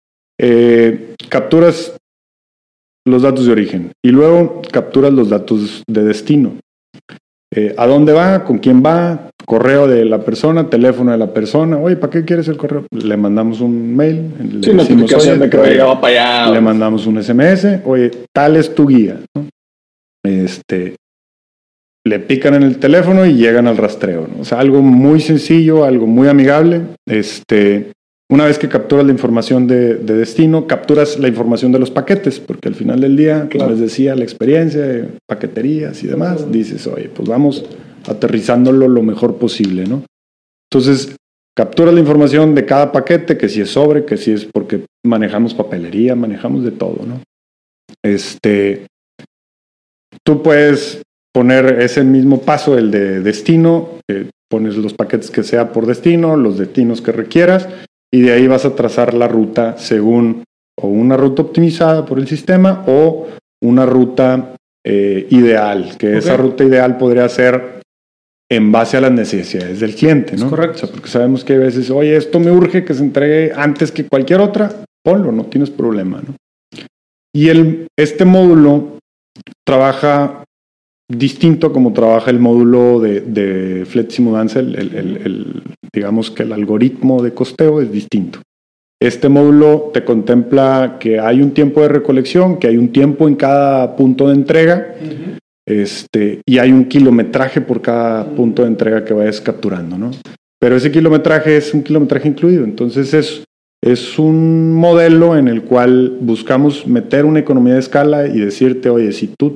Eh, capturas los datos de origen y luego capturas los datos de destino. Eh, ¿A dónde va? ¿Con quién va? Correo de la persona, teléfono de la persona. Oye, ¿para qué quieres el correo? Le mandamos un mail. Le sí, decimos, notificación de que va para allá. Le mandamos un S M S. Oye, tal es tu guía, ¿no? Este, le pican en el teléfono y llegan al rastreo, ¿no? O sea, algo muy sencillo, algo muy amigable. Este... Una vez que capturas la información de, de destino, capturas la información de los paquetes, porque al final del día, claro. como les decía, la experiencia de paqueterías y demás, claro. dices, oye, pues vamos aterrizándolo lo mejor posible, ¿no? Entonces, capturas la información de cada paquete, que si es sobre, que si es porque manejamos papelería, manejamos de todo, ¿no? Este, tú puedes poner ese mismo paso, el de destino, eh, pones los paquetes que sea por destino, los destinos que requieras, y de ahí vas a trazar la ruta según o una ruta optimizada por el sistema o una ruta eh, ideal, que okay. esa ruta ideal podría ser en base a las necesidades del cliente, ¿no? Es correcto. O sea, porque sabemos que a veces, oye, esto me urge que se entregue antes que cualquier otra, ponlo, no tienes problema, ¿no? Y el, este módulo trabaja distinto como trabaja el módulo de, de Flexi Mudanza, el, el, el, el, digamos que el algoritmo de costeo es distinto. Este módulo te contempla que hay un tiempo de recolección, que hay un tiempo en cada punto de entrega, uh-huh. este, y hay un kilometraje por cada uh-huh. punto de entrega que vayas capturando, ¿no? Pero ese kilometraje es un kilometraje incluido, entonces es, es un modelo en el cual buscamos meter una economía de escala y decirte, oye, si tú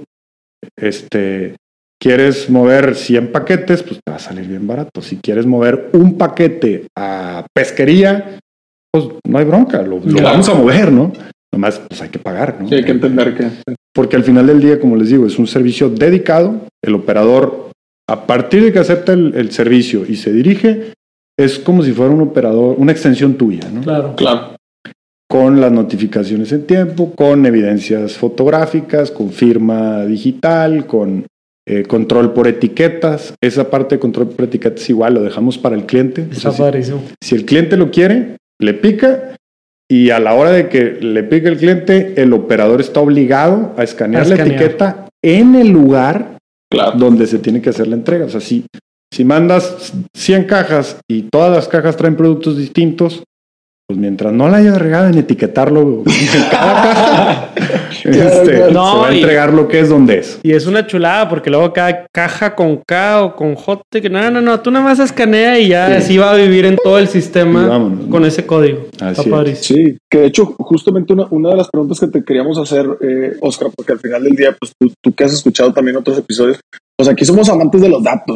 Este, quieres mover cien paquetes, pues te va a salir bien barato. Si quieres mover un paquete a pesquería, pues no hay bronca, lo, lo claro. vamos a mover, ¿no? Nomás pues hay que pagar, ¿no? Sí, hay que entender que... Porque al final del día, como les digo, es un servicio dedicado. El operador, a partir de que acepta el, el servicio y se dirige, es como si fuera un operador, una extensión tuya, ¿no? Claro, claro. Con las notificaciones en tiempo, con evidencias fotográficas, con firma digital, con eh, control por etiquetas. Esa parte de control por etiquetas igual lo dejamos para el cliente. Está o sea, padrísimo. Si, si el cliente lo quiere, le pica y a la hora de que le pique el cliente, el operador está obligado a escanear, a escanear. la etiqueta en el lugar claro. donde se tiene que hacer la entrega. O sea, si, si mandas cien cajas y todas las cajas traen productos distintos, pues mientras no la hayas regado en etiquetarlo en cada caja, este, no, se va a entregar y, lo que es donde es. Y es una chulada porque luego cada caja con K o con J, que no, no, no, tú nada más escanea y ya sí. así va a vivir en todo el sistema vámonos, con ¿no? ese código. Así es. Sí, que de hecho justamente una, una de las preguntas que te queríamos hacer, eh, Oscar, porque al final del día, pues tú, tú que has escuchado también otros episodios, pues aquí somos amantes de los datos.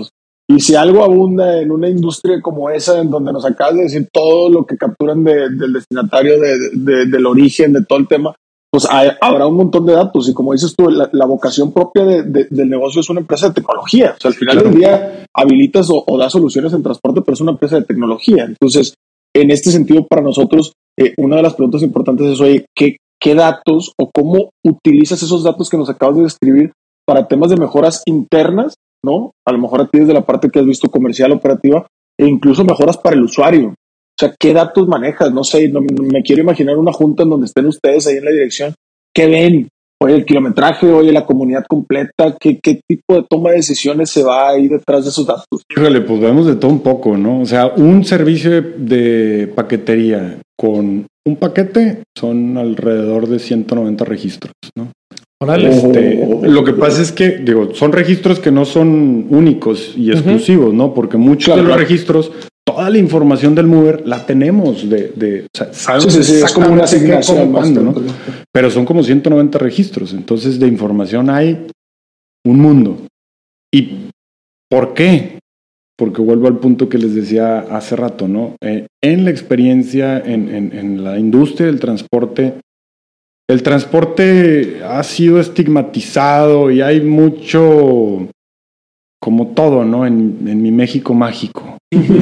Y si algo abunda en una industria como esa, en donde nos acabas de decir todo lo que capturan de, del destinatario, de, de, del origen, de todo el tema, pues hay, habrá un montón de datos. Y como dices tú, la, la vocación propia de, de, del negocio es una empresa de tecnología. O sea, al final claro. del día habilitas o, o das soluciones en transporte, pero es una empresa de tecnología. Entonces, en este sentido, para nosotros, eh, una de las preguntas importantes es, oye, ¿qué, qué datos o cómo utilizas esos datos que nos acabas de describir para temas de mejoras internas, ¿no? A lo mejor a ti desde la parte que has visto comercial, operativa, e incluso mejoras para el usuario. O sea, ¿qué datos manejas? No sé, no, me quiero imaginar una junta en donde estén ustedes ahí en la dirección. ¿Qué ven? Oye, el kilometraje, oye, la comunidad completa, ¿qué, qué tipo de toma de decisiones se va ahí detrás de esos datos? Híjole, pues vemos de todo un poco, ¿no? O sea, un servicio de, de paquetería con un paquete son alrededor de ciento noventa registros, ¿no? Órale. Este, oh, lo que pasa es que, digo, son registros que no son únicos y exclusivos, uh-huh. ¿no? Porque muchos claro, de los claro. registros, toda la información del mover la tenemos de, de o sea, sabemos sí, sí, sí, es como una asignación, cuándo, ¿no? Pero son como ciento noventa registros, entonces de información hay un mundo. ¿Y por qué? Porque vuelvo al punto que les decía hace rato, ¿no? Eh, en la experiencia, en, en, en la industria del transporte, el transporte ha sido estigmatizado y hay mucho, como todo, ¿no? En, en mi México mágico.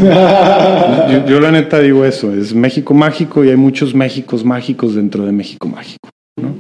yo, yo la neta digo eso, es México mágico y hay muchos Méxicos mágicos dentro de México mágico, ¿no?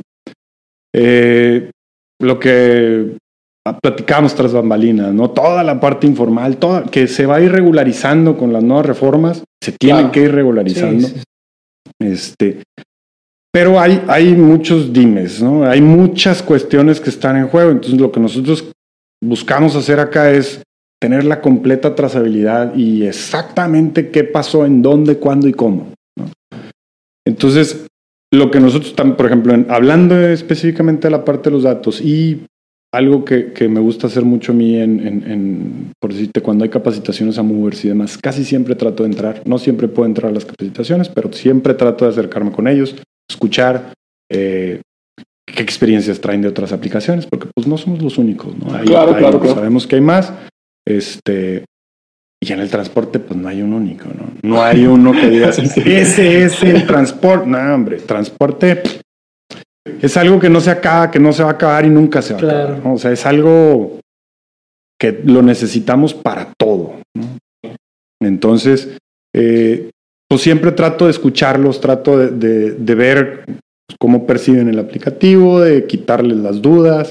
Eh, lo que platicamos tras bambalinas, ¿no? Toda la parte informal, toda, que se va a ir regularizando con las nuevas reformas, se tiene claro. que ir regularizando. Sí, sí. Este... Pero hay, hay muchos dimes, ¿no? Hay muchas cuestiones que están en juego. Entonces, lo que nosotros buscamos hacer acá es tener la completa trazabilidad y exactamente qué pasó, en dónde, cuándo y cómo, ¿no? Entonces, lo que nosotros estamos, por ejemplo, en, hablando específicamente de la parte de los datos y algo que, que me gusta hacer mucho a mí, en, en, en, por decirte, cuando hay capacitaciones a movers y demás, casi siempre trato de entrar. No siempre puedo entrar a las capacitaciones, pero siempre trato de acercarme con ellos, escuchar eh, qué experiencias traen de otras aplicaciones, porque pues no somos los únicos, ¿no? Hay, claro, hay, claro, claro. Sabemos que hay más, este, y en el transporte pues no hay un único, ¿no? No hay uno que digas, ese es el transporte. No, hombre, transporte es algo que no se acaba, que no se va a acabar y nunca se va claro. a acabar, ¿no? O sea, es algo que lo necesitamos para todo, ¿no? Entonces, eh, pues siempre trato de escucharlos, trato de, de, de ver cómo perciben el aplicativo, de quitarles las dudas.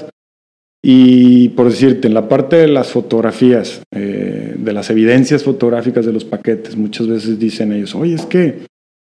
Y por decirte, en la parte de las fotografías, eh, de las evidencias fotográficas de los paquetes, muchas veces dicen ellos, oye, es que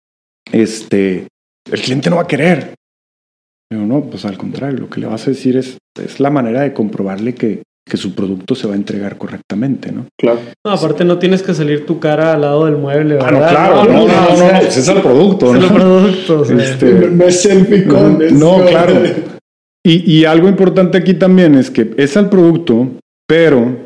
este, el cliente no va a querer. Pero no, pues al contrario, lo que le vas a decir es, es la manera de comprobarle que que su producto se va a entregar correctamente, ¿no? Claro. No, aparte no tienes que salir tu cara al lado del mueble, ¿verdad? Ah, no, claro, no, no, no, no, no, no, es el producto, ¿no? Es el producto, sí. este, no, no es selfie con No, no claro. Y, y algo importante aquí también es que es el producto, pero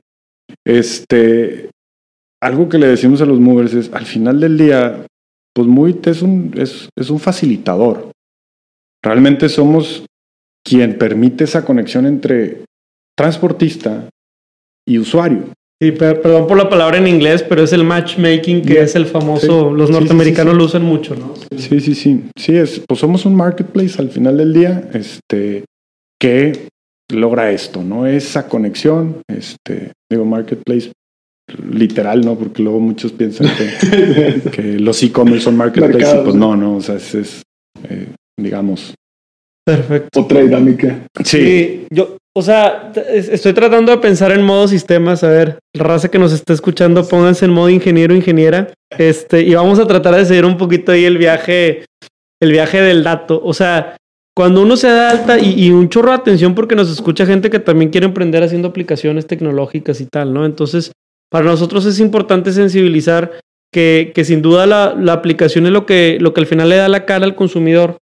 este, algo que le decimos a los movers es, al final del día, pues Movit es un, es, es un facilitador. Realmente somos quien permite esa conexión entre transportista y usuario. Sí, per- perdón por la palabra en inglés, pero es el matchmaking que yeah. es el famoso, sí. los norteamericanos sí, sí, sí, sí. lo usan mucho, ¿no? Sí, sí, sí. Sí, es, pues somos un marketplace al final del día, este, que logra esto, ¿no? Esa conexión, este, digo, marketplace literal, ¿no? Porque luego muchos piensan que, que los e-commerce son marketplace, y pues no, no, o sea, es, es eh, digamos. Perfecto. Otra dinámica. Sí. sí. Yo, o sea, estoy tratando de pensar en modo sistemas. A ver, la raza que nos está escuchando, pónganse en modo ingeniero, ingeniera. Este, y vamos a tratar de seguir un poquito ahí el viaje, el viaje del dato. O sea, cuando uno se da alta y, y un chorro de atención porque nos escucha gente que también quiere emprender haciendo aplicaciones tecnológicas y tal, ¿no? Entonces, para nosotros es importante sensibilizar que, que sin duda la, la aplicación es lo que, lo que al final le da la cara al consumidor.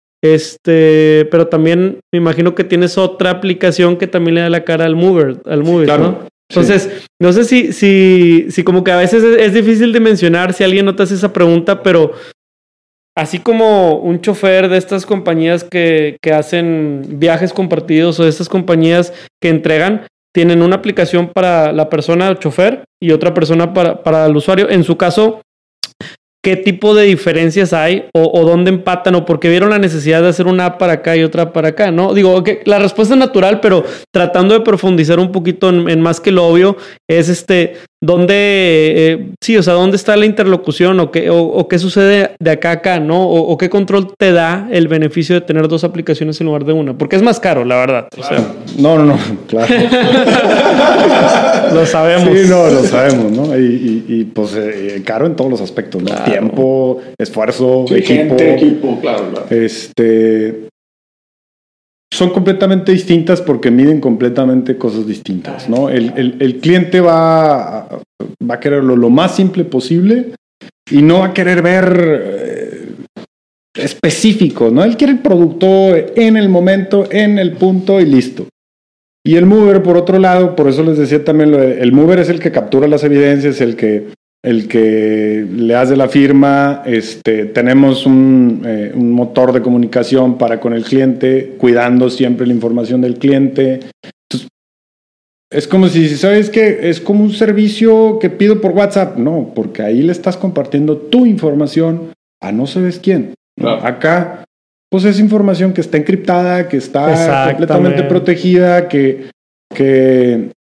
Este, pero también me imagino que tienes otra aplicación que también le da la cara al mover, al mover, claro, ¿no? Entonces, sí. no sé si, si, si como que a veces es, es difícil de mencionar si alguien no te hace esa pregunta, pero así como un chofer de estas compañías que, que hacen viajes compartidos o de estas compañías que entregan, tienen una aplicación para la persona chofer y otra persona para, para el usuario. En su caso, ¿qué tipo de diferencias hay o, o dónde empatan o por qué vieron la necesidad de hacer una app para acá y otra para acá? ¿No? Digo, que la respuesta es natural, pero tratando de profundizar un poquito en, en más que lo obvio, es este, ¿dónde, eh, sí, o sea, dónde está la interlocución o qué, o, o qué sucede de acá a acá, ¿no? O, o qué control te da el beneficio de tener dos aplicaciones en lugar de una? Porque es más caro, la verdad. Claro. O sea. No, no, no, claro. Lo sabemos. Sí, no, lo sabemos, ¿no? Y, y, y pues eh, caro en todos los aspectos, ¿no? Claro. Tiempo, esfuerzo, sí, equipo. Gente, equipo, claro, claro. Este... Son completamente distintas porque miden completamente cosas distintas, ¿no? El, el, el cliente va a, va a querer lo, lo más simple posible y no va a querer ver eh, específico, ¿no? Él quiere el producto en el momento, en el punto y listo. Y el mover, por otro lado, por eso les decía también, lo de, el mover es el que captura las evidencias, el que, el que le hace la firma. Este, tenemos un, eh, un motor de comunicación para con el cliente, cuidando siempre la información del cliente. Entonces, es como si, ¿sabes qué? Es como un servicio que pido por WhatsApp. No, porque ahí le estás compartiendo tu información a no sabes quién, ¿no? Claro. Acá, pues es información que está encriptada, que está completamente protegida, que, que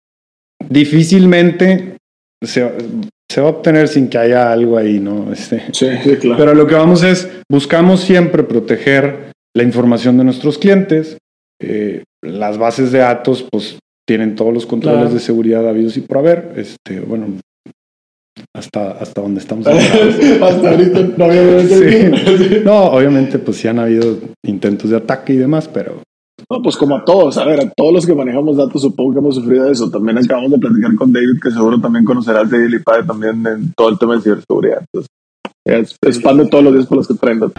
difícilmente se, se va a obtener sin que haya algo ahí, ¿no? Este, sí, sí, claro. Pero lo que vamos es, buscamos siempre proteger la información de nuestros clientes. Eh, las bases de datos, pues, tienen todos los controles claro. de seguridad habidos y por haber. Este, bueno, hasta, hasta donde estamos. Hasta ahorita no había sí. No, obviamente, pues sí han habido intentos de ataque y demás, pero... No, pues como a todos, a ver, a todos los que manejamos datos supongo que hemos sufrido eso. También acabamos de platicar con David, que seguro también conocerás de Ilipade también en todo el tema de ciberseguridad. Entonces, es, es pan de todos los días por los que traen datos.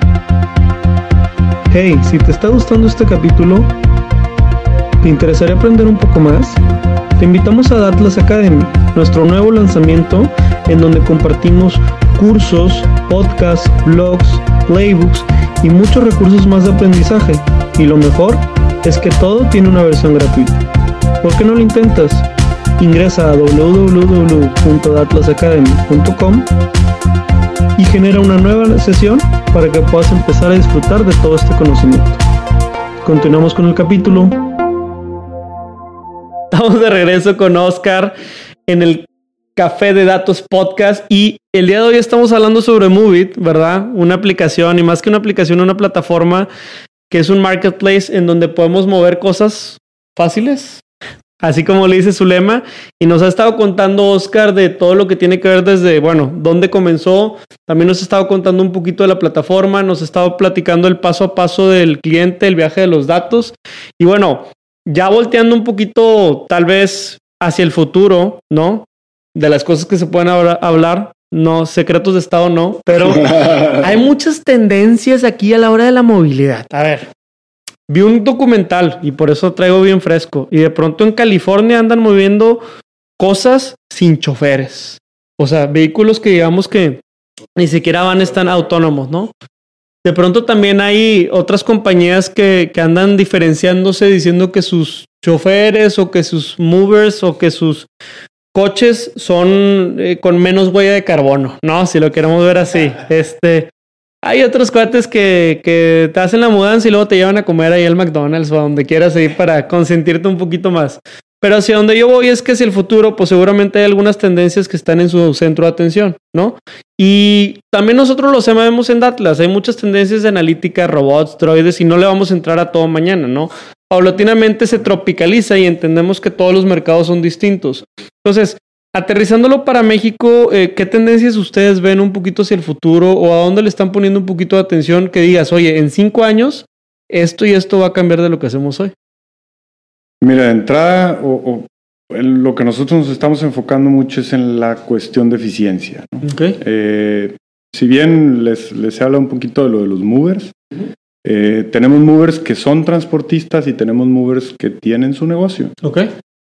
Hey, si te está gustando este capítulo, ¿te interesaría aprender un poco más? Te invitamos a Atlas Academy, nuestro nuevo lanzamiento en donde compartimos cursos, podcasts, blogs, playbooks y muchos recursos más de aprendizaje. Y lo mejor es que todo tiene una versión gratuita. ¿Por qué no lo intentas? Ingresa a doble u doble u doble u punto atlas academy punto com y genera una nueva sesión para que puedas empezar a disfrutar de todo este conocimiento. Continuamos con el capítulo. Estamos de regreso con Oscar en el Café de Datos Podcast y el día de hoy estamos hablando sobre Moovit, ¿verdad? Una aplicación y más que una aplicación, una plataforma que es un marketplace en donde podemos mover cosas fáciles, así como le dice su lema, y nos ha estado contando Oscar de todo lo que tiene que ver desde, bueno, dónde comenzó. También nos ha estado contando un poquito de la plataforma, nos ha estado platicando el paso a paso del cliente, el viaje de los datos, y bueno, ya volteando un poquito tal vez hacia el futuro, ¿no? De las cosas que se pueden hablar, no, secretos de estado no, pero hay muchas tendencias aquí a la hora de la movilidad. A ver, vi un documental y por eso traigo bien fresco, y de pronto en California andan moviendo cosas sin choferes. O sea, vehículos que digamos que ni siquiera van, están autónomos, ¿no? De pronto también hay otras compañías que, que andan diferenciándose diciendo que sus choferes o que sus movers o que sus coches son eh, con menos huella de carbono, ¿no? Si lo queremos ver así. Este, hay otros cuates que, que te hacen la mudanza y luego te llevan a comer ahí al McDonald's o a donde quieras ir para consentirte un poquito más. Pero hacia donde yo voy es que hacia el futuro, pues seguramente hay algunas tendencias que están en su centro de atención, ¿no? Y también nosotros lo sabemos en Atlas. Hay muchas tendencias de analítica, robots, droides, y no le vamos a entrar a todo mañana, ¿no? Paulatinamente se tropicaliza y entendemos que todos los mercados son distintos. Entonces, aterrizándolo para México, eh, ¿qué tendencias ustedes ven un poquito hacia el futuro o a dónde le están poniendo un poquito de atención que digas, oye, en cinco años esto y esto va a cambiar de lo que hacemos hoy? Mira, de entrada, o, o, en lo que nosotros nos estamos enfocando mucho es en la cuestión de eficiencia, ¿no? Okay. Eh, si bien les, les he hablado un poquito de lo de los movers, uh-huh. eh, tenemos movers que son transportistas y tenemos movers que tienen su negocio. Okay.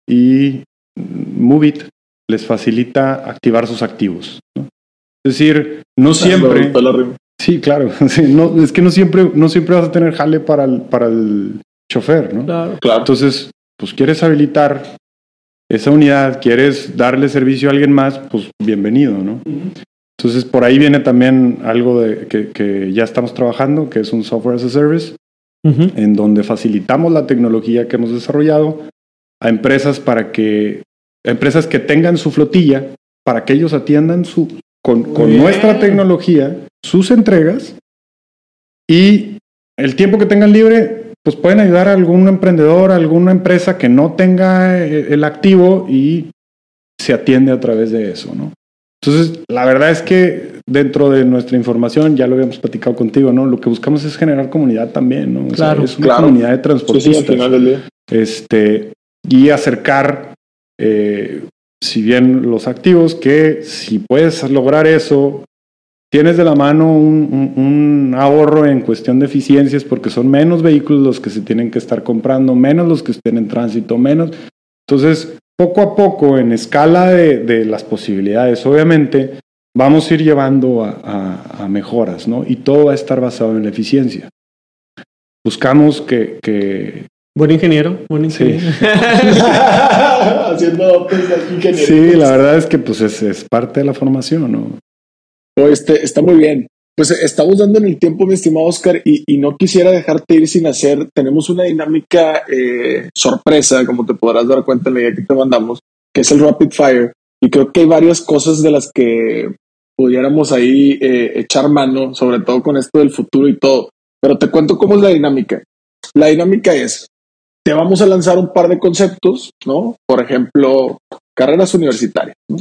Y Moovit les facilita activar sus activos, ¿no? Es decir, no siempre... Sí, claro. Sí, no, es que no siempre, no siempre vas a tener jale para el, para el chofer, ¿no? Claro. Claro. Entonces, pues quieres habilitar esa unidad, quieres darle servicio a alguien más, pues bienvenido, ¿no? Uh-huh. Entonces, por ahí viene también algo de, que, que ya estamos trabajando, que es un software as a service, uh-huh. en donde facilitamos la tecnología que hemos desarrollado a empresas para que, empresas que tengan su flotilla, para que ellos atiendan su, con, con nuestra tecnología sus entregas, y el tiempo que tengan libre, pues pueden ayudar a algún emprendedor, a alguna empresa que no tenga el activo y se atiende a través de eso, ¿no? Entonces, la verdad es que dentro de nuestra información, ya lo habíamos platicado contigo, ¿no? Lo que buscamos es generar comunidad también, ¿no? O claro, sea, es una claro. comunidad de transportistas. Sí, sí, al final del día. Este, y acercar, eh, si bien los activos, que si puedes lograr eso, tienes de la mano un, un, un ahorro en cuestión de eficiencias, porque son menos vehículos los que se tienen que estar comprando, menos los que estén en tránsito, menos. Entonces, poco a poco, en escala de, de las posibilidades, obviamente, vamos a ir llevando a, a, a mejoras, ¿no? Y todo va a estar basado en la eficiencia. Buscamos que... que buen ingeniero, buen ingeniero. Sí. Haciendo pues, ingeniería. Sí, la verdad es que pues es, es parte de la formación, ¿no? Oh, este, está muy bien. Pues estamos dando en el tiempo, mi estimado Oscar, y, y no quisiera dejarte ir sin hacer. Tenemos una dinámica eh, sorpresa, como te podrás dar cuenta en la idea que te mandamos, que es el Rapid Fire. Y creo que hay varias cosas de las que pudiéramos ahí eh, echar mano, sobre todo con esto del futuro y todo. Pero te cuento cómo es la dinámica. La dinámica es, te vamos a lanzar un par de conceptos, ¿no? Por ejemplo, carreras universitarias, ¿no?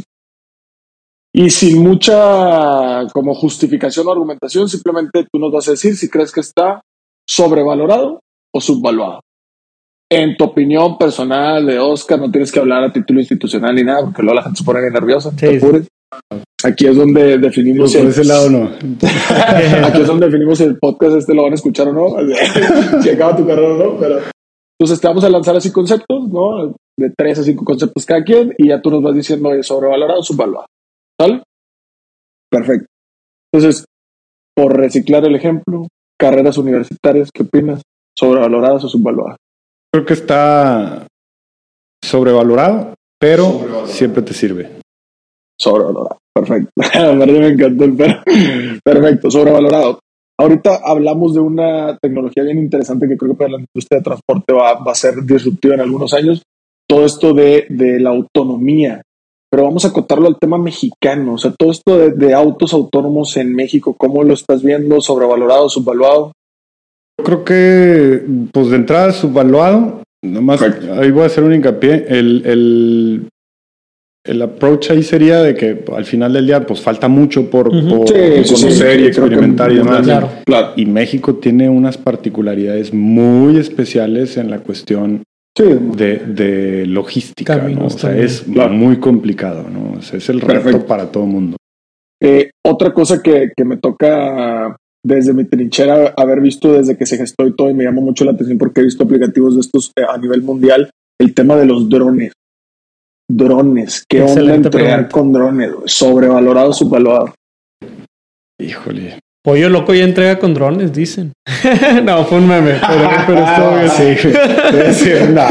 Y sin mucha como justificación o argumentación, simplemente tú nos vas a decir si crees que está sobrevalorado o subvaluado. En tu opinión personal de Oscar, no tienes que hablar a título institucional ni nada, porque luego la gente se pone bien nerviosa. Sí, sí. Aquí es donde definimos... Por ese lado no. Aquí es donde definimos el podcast, este lo van a escuchar o no, si acaba tu carrera o no, pero... Entonces te vamos a lanzar así conceptos, ¿no? De tres a cinco conceptos cada quien, y ya tú nos vas diciendo sobrevalorado o subvaluado. ¿Sale? Perfecto. Entonces, por reciclar el ejemplo, carreras universitarias, ¿qué opinas? ¿Sobrevaloradas o subvaluadas? Creo que está sobrevalorado, pero sobrevalorado. Siempre te sirve. Sobrevalorado, perfecto. A mí me encantó el pero. Perfecto, sobrevalorado. Ahorita hablamos de una tecnología bien interesante que creo que para la industria de transporte va, va a ser disruptiva en algunos años. Todo esto de, de la autonomía. Pero vamos a acotarlo al tema mexicano. O sea, todo esto de, de autos autónomos en México, ¿cómo lo estás viendo? ¿Sobrevalorado, subvaluado? Yo creo que, pues de entrada, subvaluado. Nomás Correcto. Ahí voy a hacer un hincapié. El, el, el approach ahí sería de que al final del día, pues falta mucho por, uh-huh. por sí, conocer sí, y experimentar que, y demás. Claro, claro. Y México tiene unas particularidades muy especiales en la cuestión Sí. De, de logística, ¿no? O sea, es claro. muy complicado, ¿no? O sea, es el reto Perfecto. Para todo el mundo. Eh, otra cosa que, que me toca desde mi trinchera haber visto desde que se gestó y todo, y me llama mucho la atención porque he visto aplicativos de estos eh, a nivel mundial, el tema de los drones. Drones, ¿qué Excelente onda entregar pregunta. Con drones? ¿Sobrevalorado o subvaluado? Híjole. Pollo Loco ya entrega con drones, dicen. No, fue un meme, pero, pero estuvo bien. Sí, sí, no.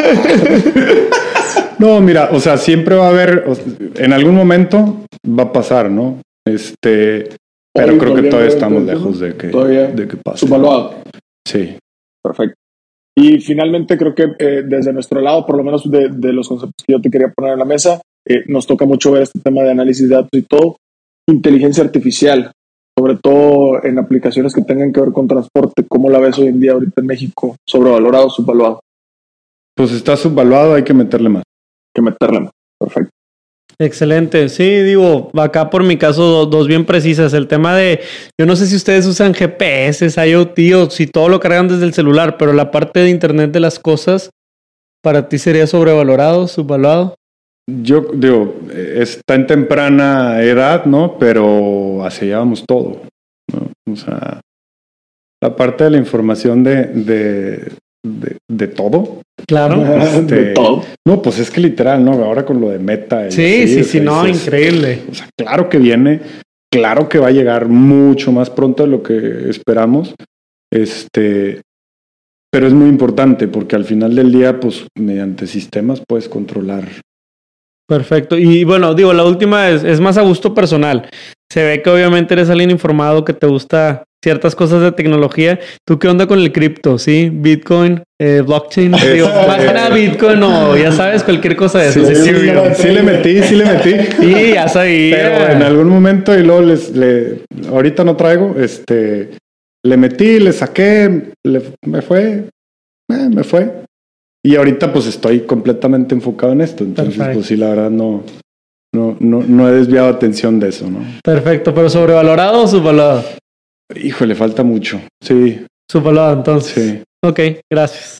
No, mira, o sea, siempre va a haber, o sea, en algún momento va a pasar, ¿no? Este, pero Hoy creo que todavía estamos lejos de que, de que pase. Subvaluado. Sí. Perfecto. Y finalmente creo que eh, desde nuestro lado, por lo menos de, de los conceptos que yo te quería poner en la mesa, eh, nos toca mucho ver este tema de análisis de datos y todo. Inteligencia artificial. Sobre todo en aplicaciones que tengan que ver con transporte. ¿Cómo la ves hoy en día ahorita en México? ¿Sobrevalorado o subvaluado? Pues está subvaluado, hay que meterle más. Hay que meterle más, perfecto. Excelente, sí, digo, acá por mi caso dos, dos bien precisas. El tema de, yo no sé si ustedes usan G P S, IoT o si todo lo cargan desde el celular, pero la parte de Internet de las cosas, ¿para ti sería sobrevalorado, subvaluado? Yo digo, está en temprana edad, ¿no? Pero hacia allá vamos todo, ¿no? O sea, la parte de la información de, de, de, de todo. Claro. Este, de todo. No, pues es que literal, ¿no? Ahora con lo de Meta. Sí, sí, sí, sí, no, es, increíble. O sea, claro que viene, claro que va a llegar mucho más pronto de lo que esperamos. Este, pero es muy importante porque al final del día, pues, mediante sistemas puedes controlar Perfecto. Y bueno, digo, la última es, es más a gusto personal. Se ve que obviamente eres alguien informado, que te gusta ciertas cosas de tecnología. ¿Tú qué onda con el cripto? ¿Sí? Bitcoin, eh, blockchain. Digo, más que nada Bitcoin o ya sabes, cualquier cosa de eso. Sí, sí, sí, sí le metí, sí le metí. Sí, ya sabía. Pero en algún momento, y luego les, le, ahorita no traigo, este, le metí, le saqué, le, me fue, eh, me fue. Y ahorita pues estoy completamente enfocado en esto. Entonces, Perfecto. Pues sí, la verdad no, no, no, no he desviado atención de eso, ¿no? Perfecto, pero ¿sobrevalorado o subvalorado? Híjole, falta mucho, sí. Subvalorado, entonces. Sí. Ok, gracias.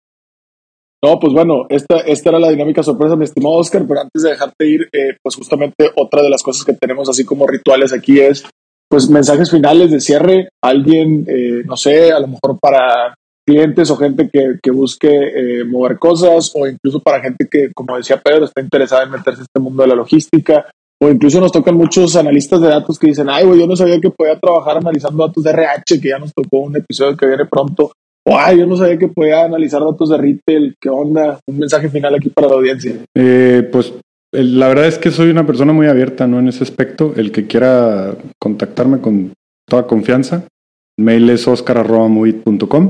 No, pues bueno, esta, esta era la dinámica sorpresa, mi estimado Oscar, pero antes de dejarte ir, eh, pues justamente otra de las cosas que tenemos así como rituales aquí es, pues mensajes finales de cierre, alguien, eh, no sé, a lo mejor para clientes o gente que, que busque eh, mover cosas, o incluso para gente que, como decía Pedro, está interesada en meterse en este mundo de la logística, o incluso nos tocan muchos analistas de datos que dicen, ay, güey, yo no sabía que podía trabajar analizando datos de R H, que ya nos tocó un episodio que viene pronto, o ay, yo no sabía que podía analizar datos de retail, ¿qué onda? Un mensaje final aquí para la audiencia. Eh, pues el, la verdad es que soy una persona muy abierta, ¿no? En ese aspecto, el que quiera contactarme con toda confianza, mail es oscar arroba movit punto com.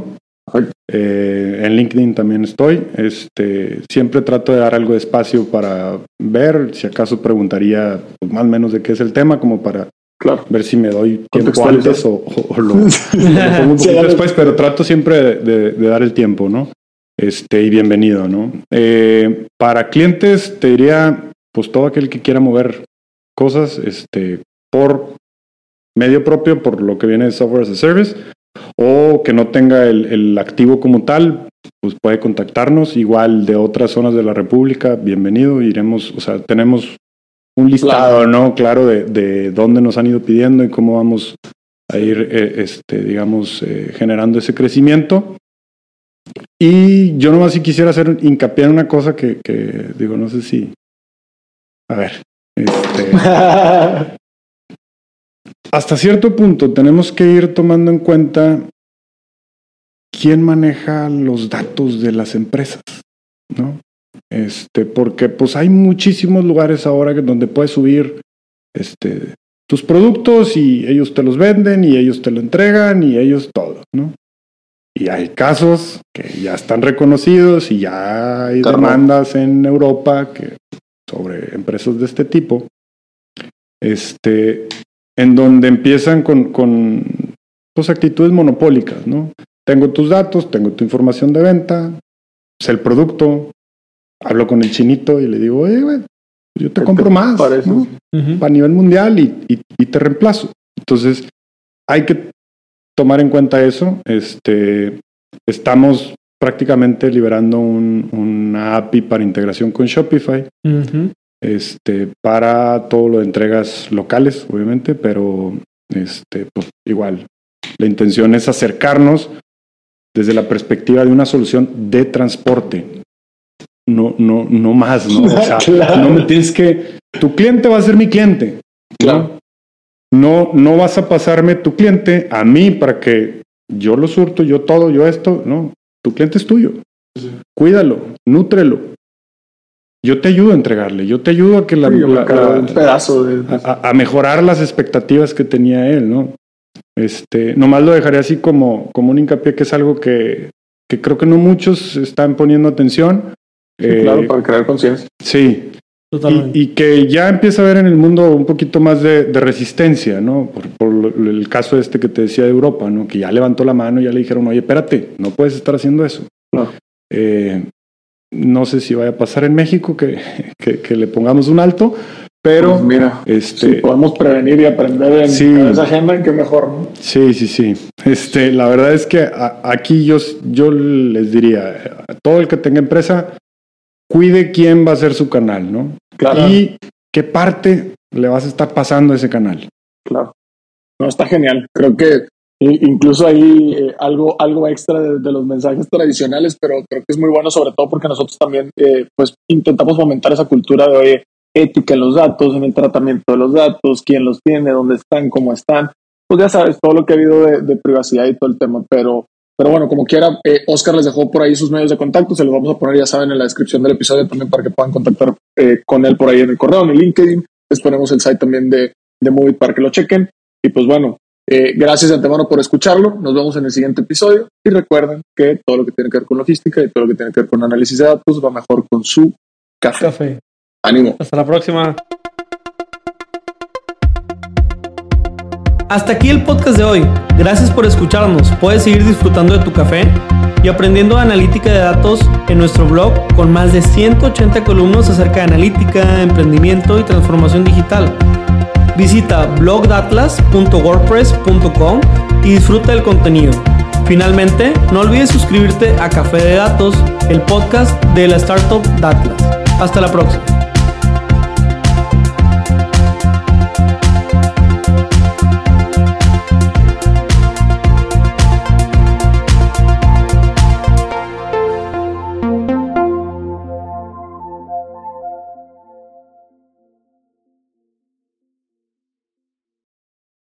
Eh, en LinkedIn también estoy. Este, siempre trato de dar algo de espacio para ver, si acaso preguntaría pues, más o menos de qué es el tema, como para claro. ver si me doy tiempo antes o, o, o lo, lo pongo un poquito después, pero trato siempre de, de, de dar el tiempo, ¿no? Este, y bienvenido, ¿no? Eh, para clientes te diría, pues todo aquel que quiera mover cosas, este, por medio propio, por lo que viene de Software as a Service, o que no tenga el, el activo como tal, pues puede contactarnos. Igual de otras zonas de la República, bienvenido. Iremos, o sea, tenemos un listado, claro. ¿no? Claro, de, de dónde nos han ido pidiendo y cómo vamos a ir, eh, este, digamos, eh, generando ese crecimiento. Y yo nomás sí quisiera hacer hincapié en una cosa que, que digo, no sé si... A ver, este... Hasta cierto punto tenemos que ir tomando en cuenta quién maneja los datos de las empresas, ¿no? Este, porque pues hay muchísimos lugares ahora donde puedes subir este, tus productos y ellos te los venden y ellos te lo entregan y ellos todo, ¿no? Y hay casos que ya están reconocidos y ya hay Caramba. demandas en Europa que, sobre empresas de este tipo. Este... en donde empiezan con, con pues, actitudes monopólicas, ¿no? Tengo tus datos, tengo tu información de venta, sé el producto, hablo con el chinito y le digo, oye, güey, yo te compro más, ¿no? Uh-huh. A nivel mundial y, y, y te reemplazo. Entonces, hay que tomar en cuenta eso. Este, estamos prácticamente liberando un, una A P I para integración con Shopify. Uh-huh. Este, para todo lo de entregas locales, obviamente, pero este, pues, igual, la intención es acercarnos desde la perspectiva de una solución de transporte. No, no, no más, ¿no? O sea, claro. no me tienes que. Tu cliente va a ser mi cliente. Claro. ¿no? No, no vas a pasarme tu cliente a mí para que yo lo surto, yo todo, yo esto. No, tu cliente es tuyo. Sí. Cuídalo, nútrelo. Yo te ayudo a entregarle, yo te ayudo a que la, sí, la, la un pedazo de, de... A, a mejorar las expectativas que tenía él, ¿no? Este, nomás lo dejaré así como, como un hincapié, que es algo que, que creo que no muchos están poniendo atención. Sí, eh, claro, para crear conciencia. Sí. Y, y que ya empieza a haber en el mundo un poquito más de, de resistencia, ¿no? Por, por el caso este que te decía de Europa, ¿no? Que ya levantó la mano y ya le dijeron, oye, espérate, no puedes estar haciendo eso. No. Eh, No sé si vaya a pasar en México que, que, que le pongamos un alto, pero pues mira, este, si podemos prevenir y aprender en sí, esa agenda, qué mejor, ¿no? Sí, sí, sí. Este, la verdad es que a, aquí yo, yo les diría, a todo el que tenga empresa, cuide quién va a ser su canal, ¿no? Claro. Y qué parte le vas a estar pasando a ese canal. Claro. No, está genial. Creo que incluso ahí eh, algo, algo extra de, de los mensajes tradicionales, pero creo que es muy bueno, sobre todo porque nosotros también eh, pues intentamos fomentar esa cultura de oye, ética en los datos, en el tratamiento de los datos, quién los tiene, dónde están, cómo están. Pues ya sabes, todo lo que ha habido de, de privacidad y todo el tema, pero Pero bueno, como quiera, eh, Oscar les dejó por ahí sus medios de contacto, se los vamos a poner, ya saben, en la descripción del episodio también para que puedan contactar eh, con él por ahí en el correo, en el LinkedIn. Les ponemos el site también de, de Movit para que lo chequen. Y pues bueno, eh, gracias de antemano por escucharlo. Nos vemos en el siguiente episodio. Y recuerden que todo lo que tiene que ver con logística y todo lo que tiene que ver con análisis de datos va mejor con su café. Café. Ánimo. Hasta la próxima. Hasta aquí el podcast de hoy. Gracias por escucharnos. Puedes seguir disfrutando de tu café y aprendiendo analítica de datos en nuestro blog con más de ciento ochenta columnas acerca de analítica, emprendimiento y transformación digital. Visita blog datlas punto wordpress punto com y disfruta del contenido. Finalmente, no olvides suscribirte a Café de Datos, el podcast de la startup Datlas. Hasta la próxima.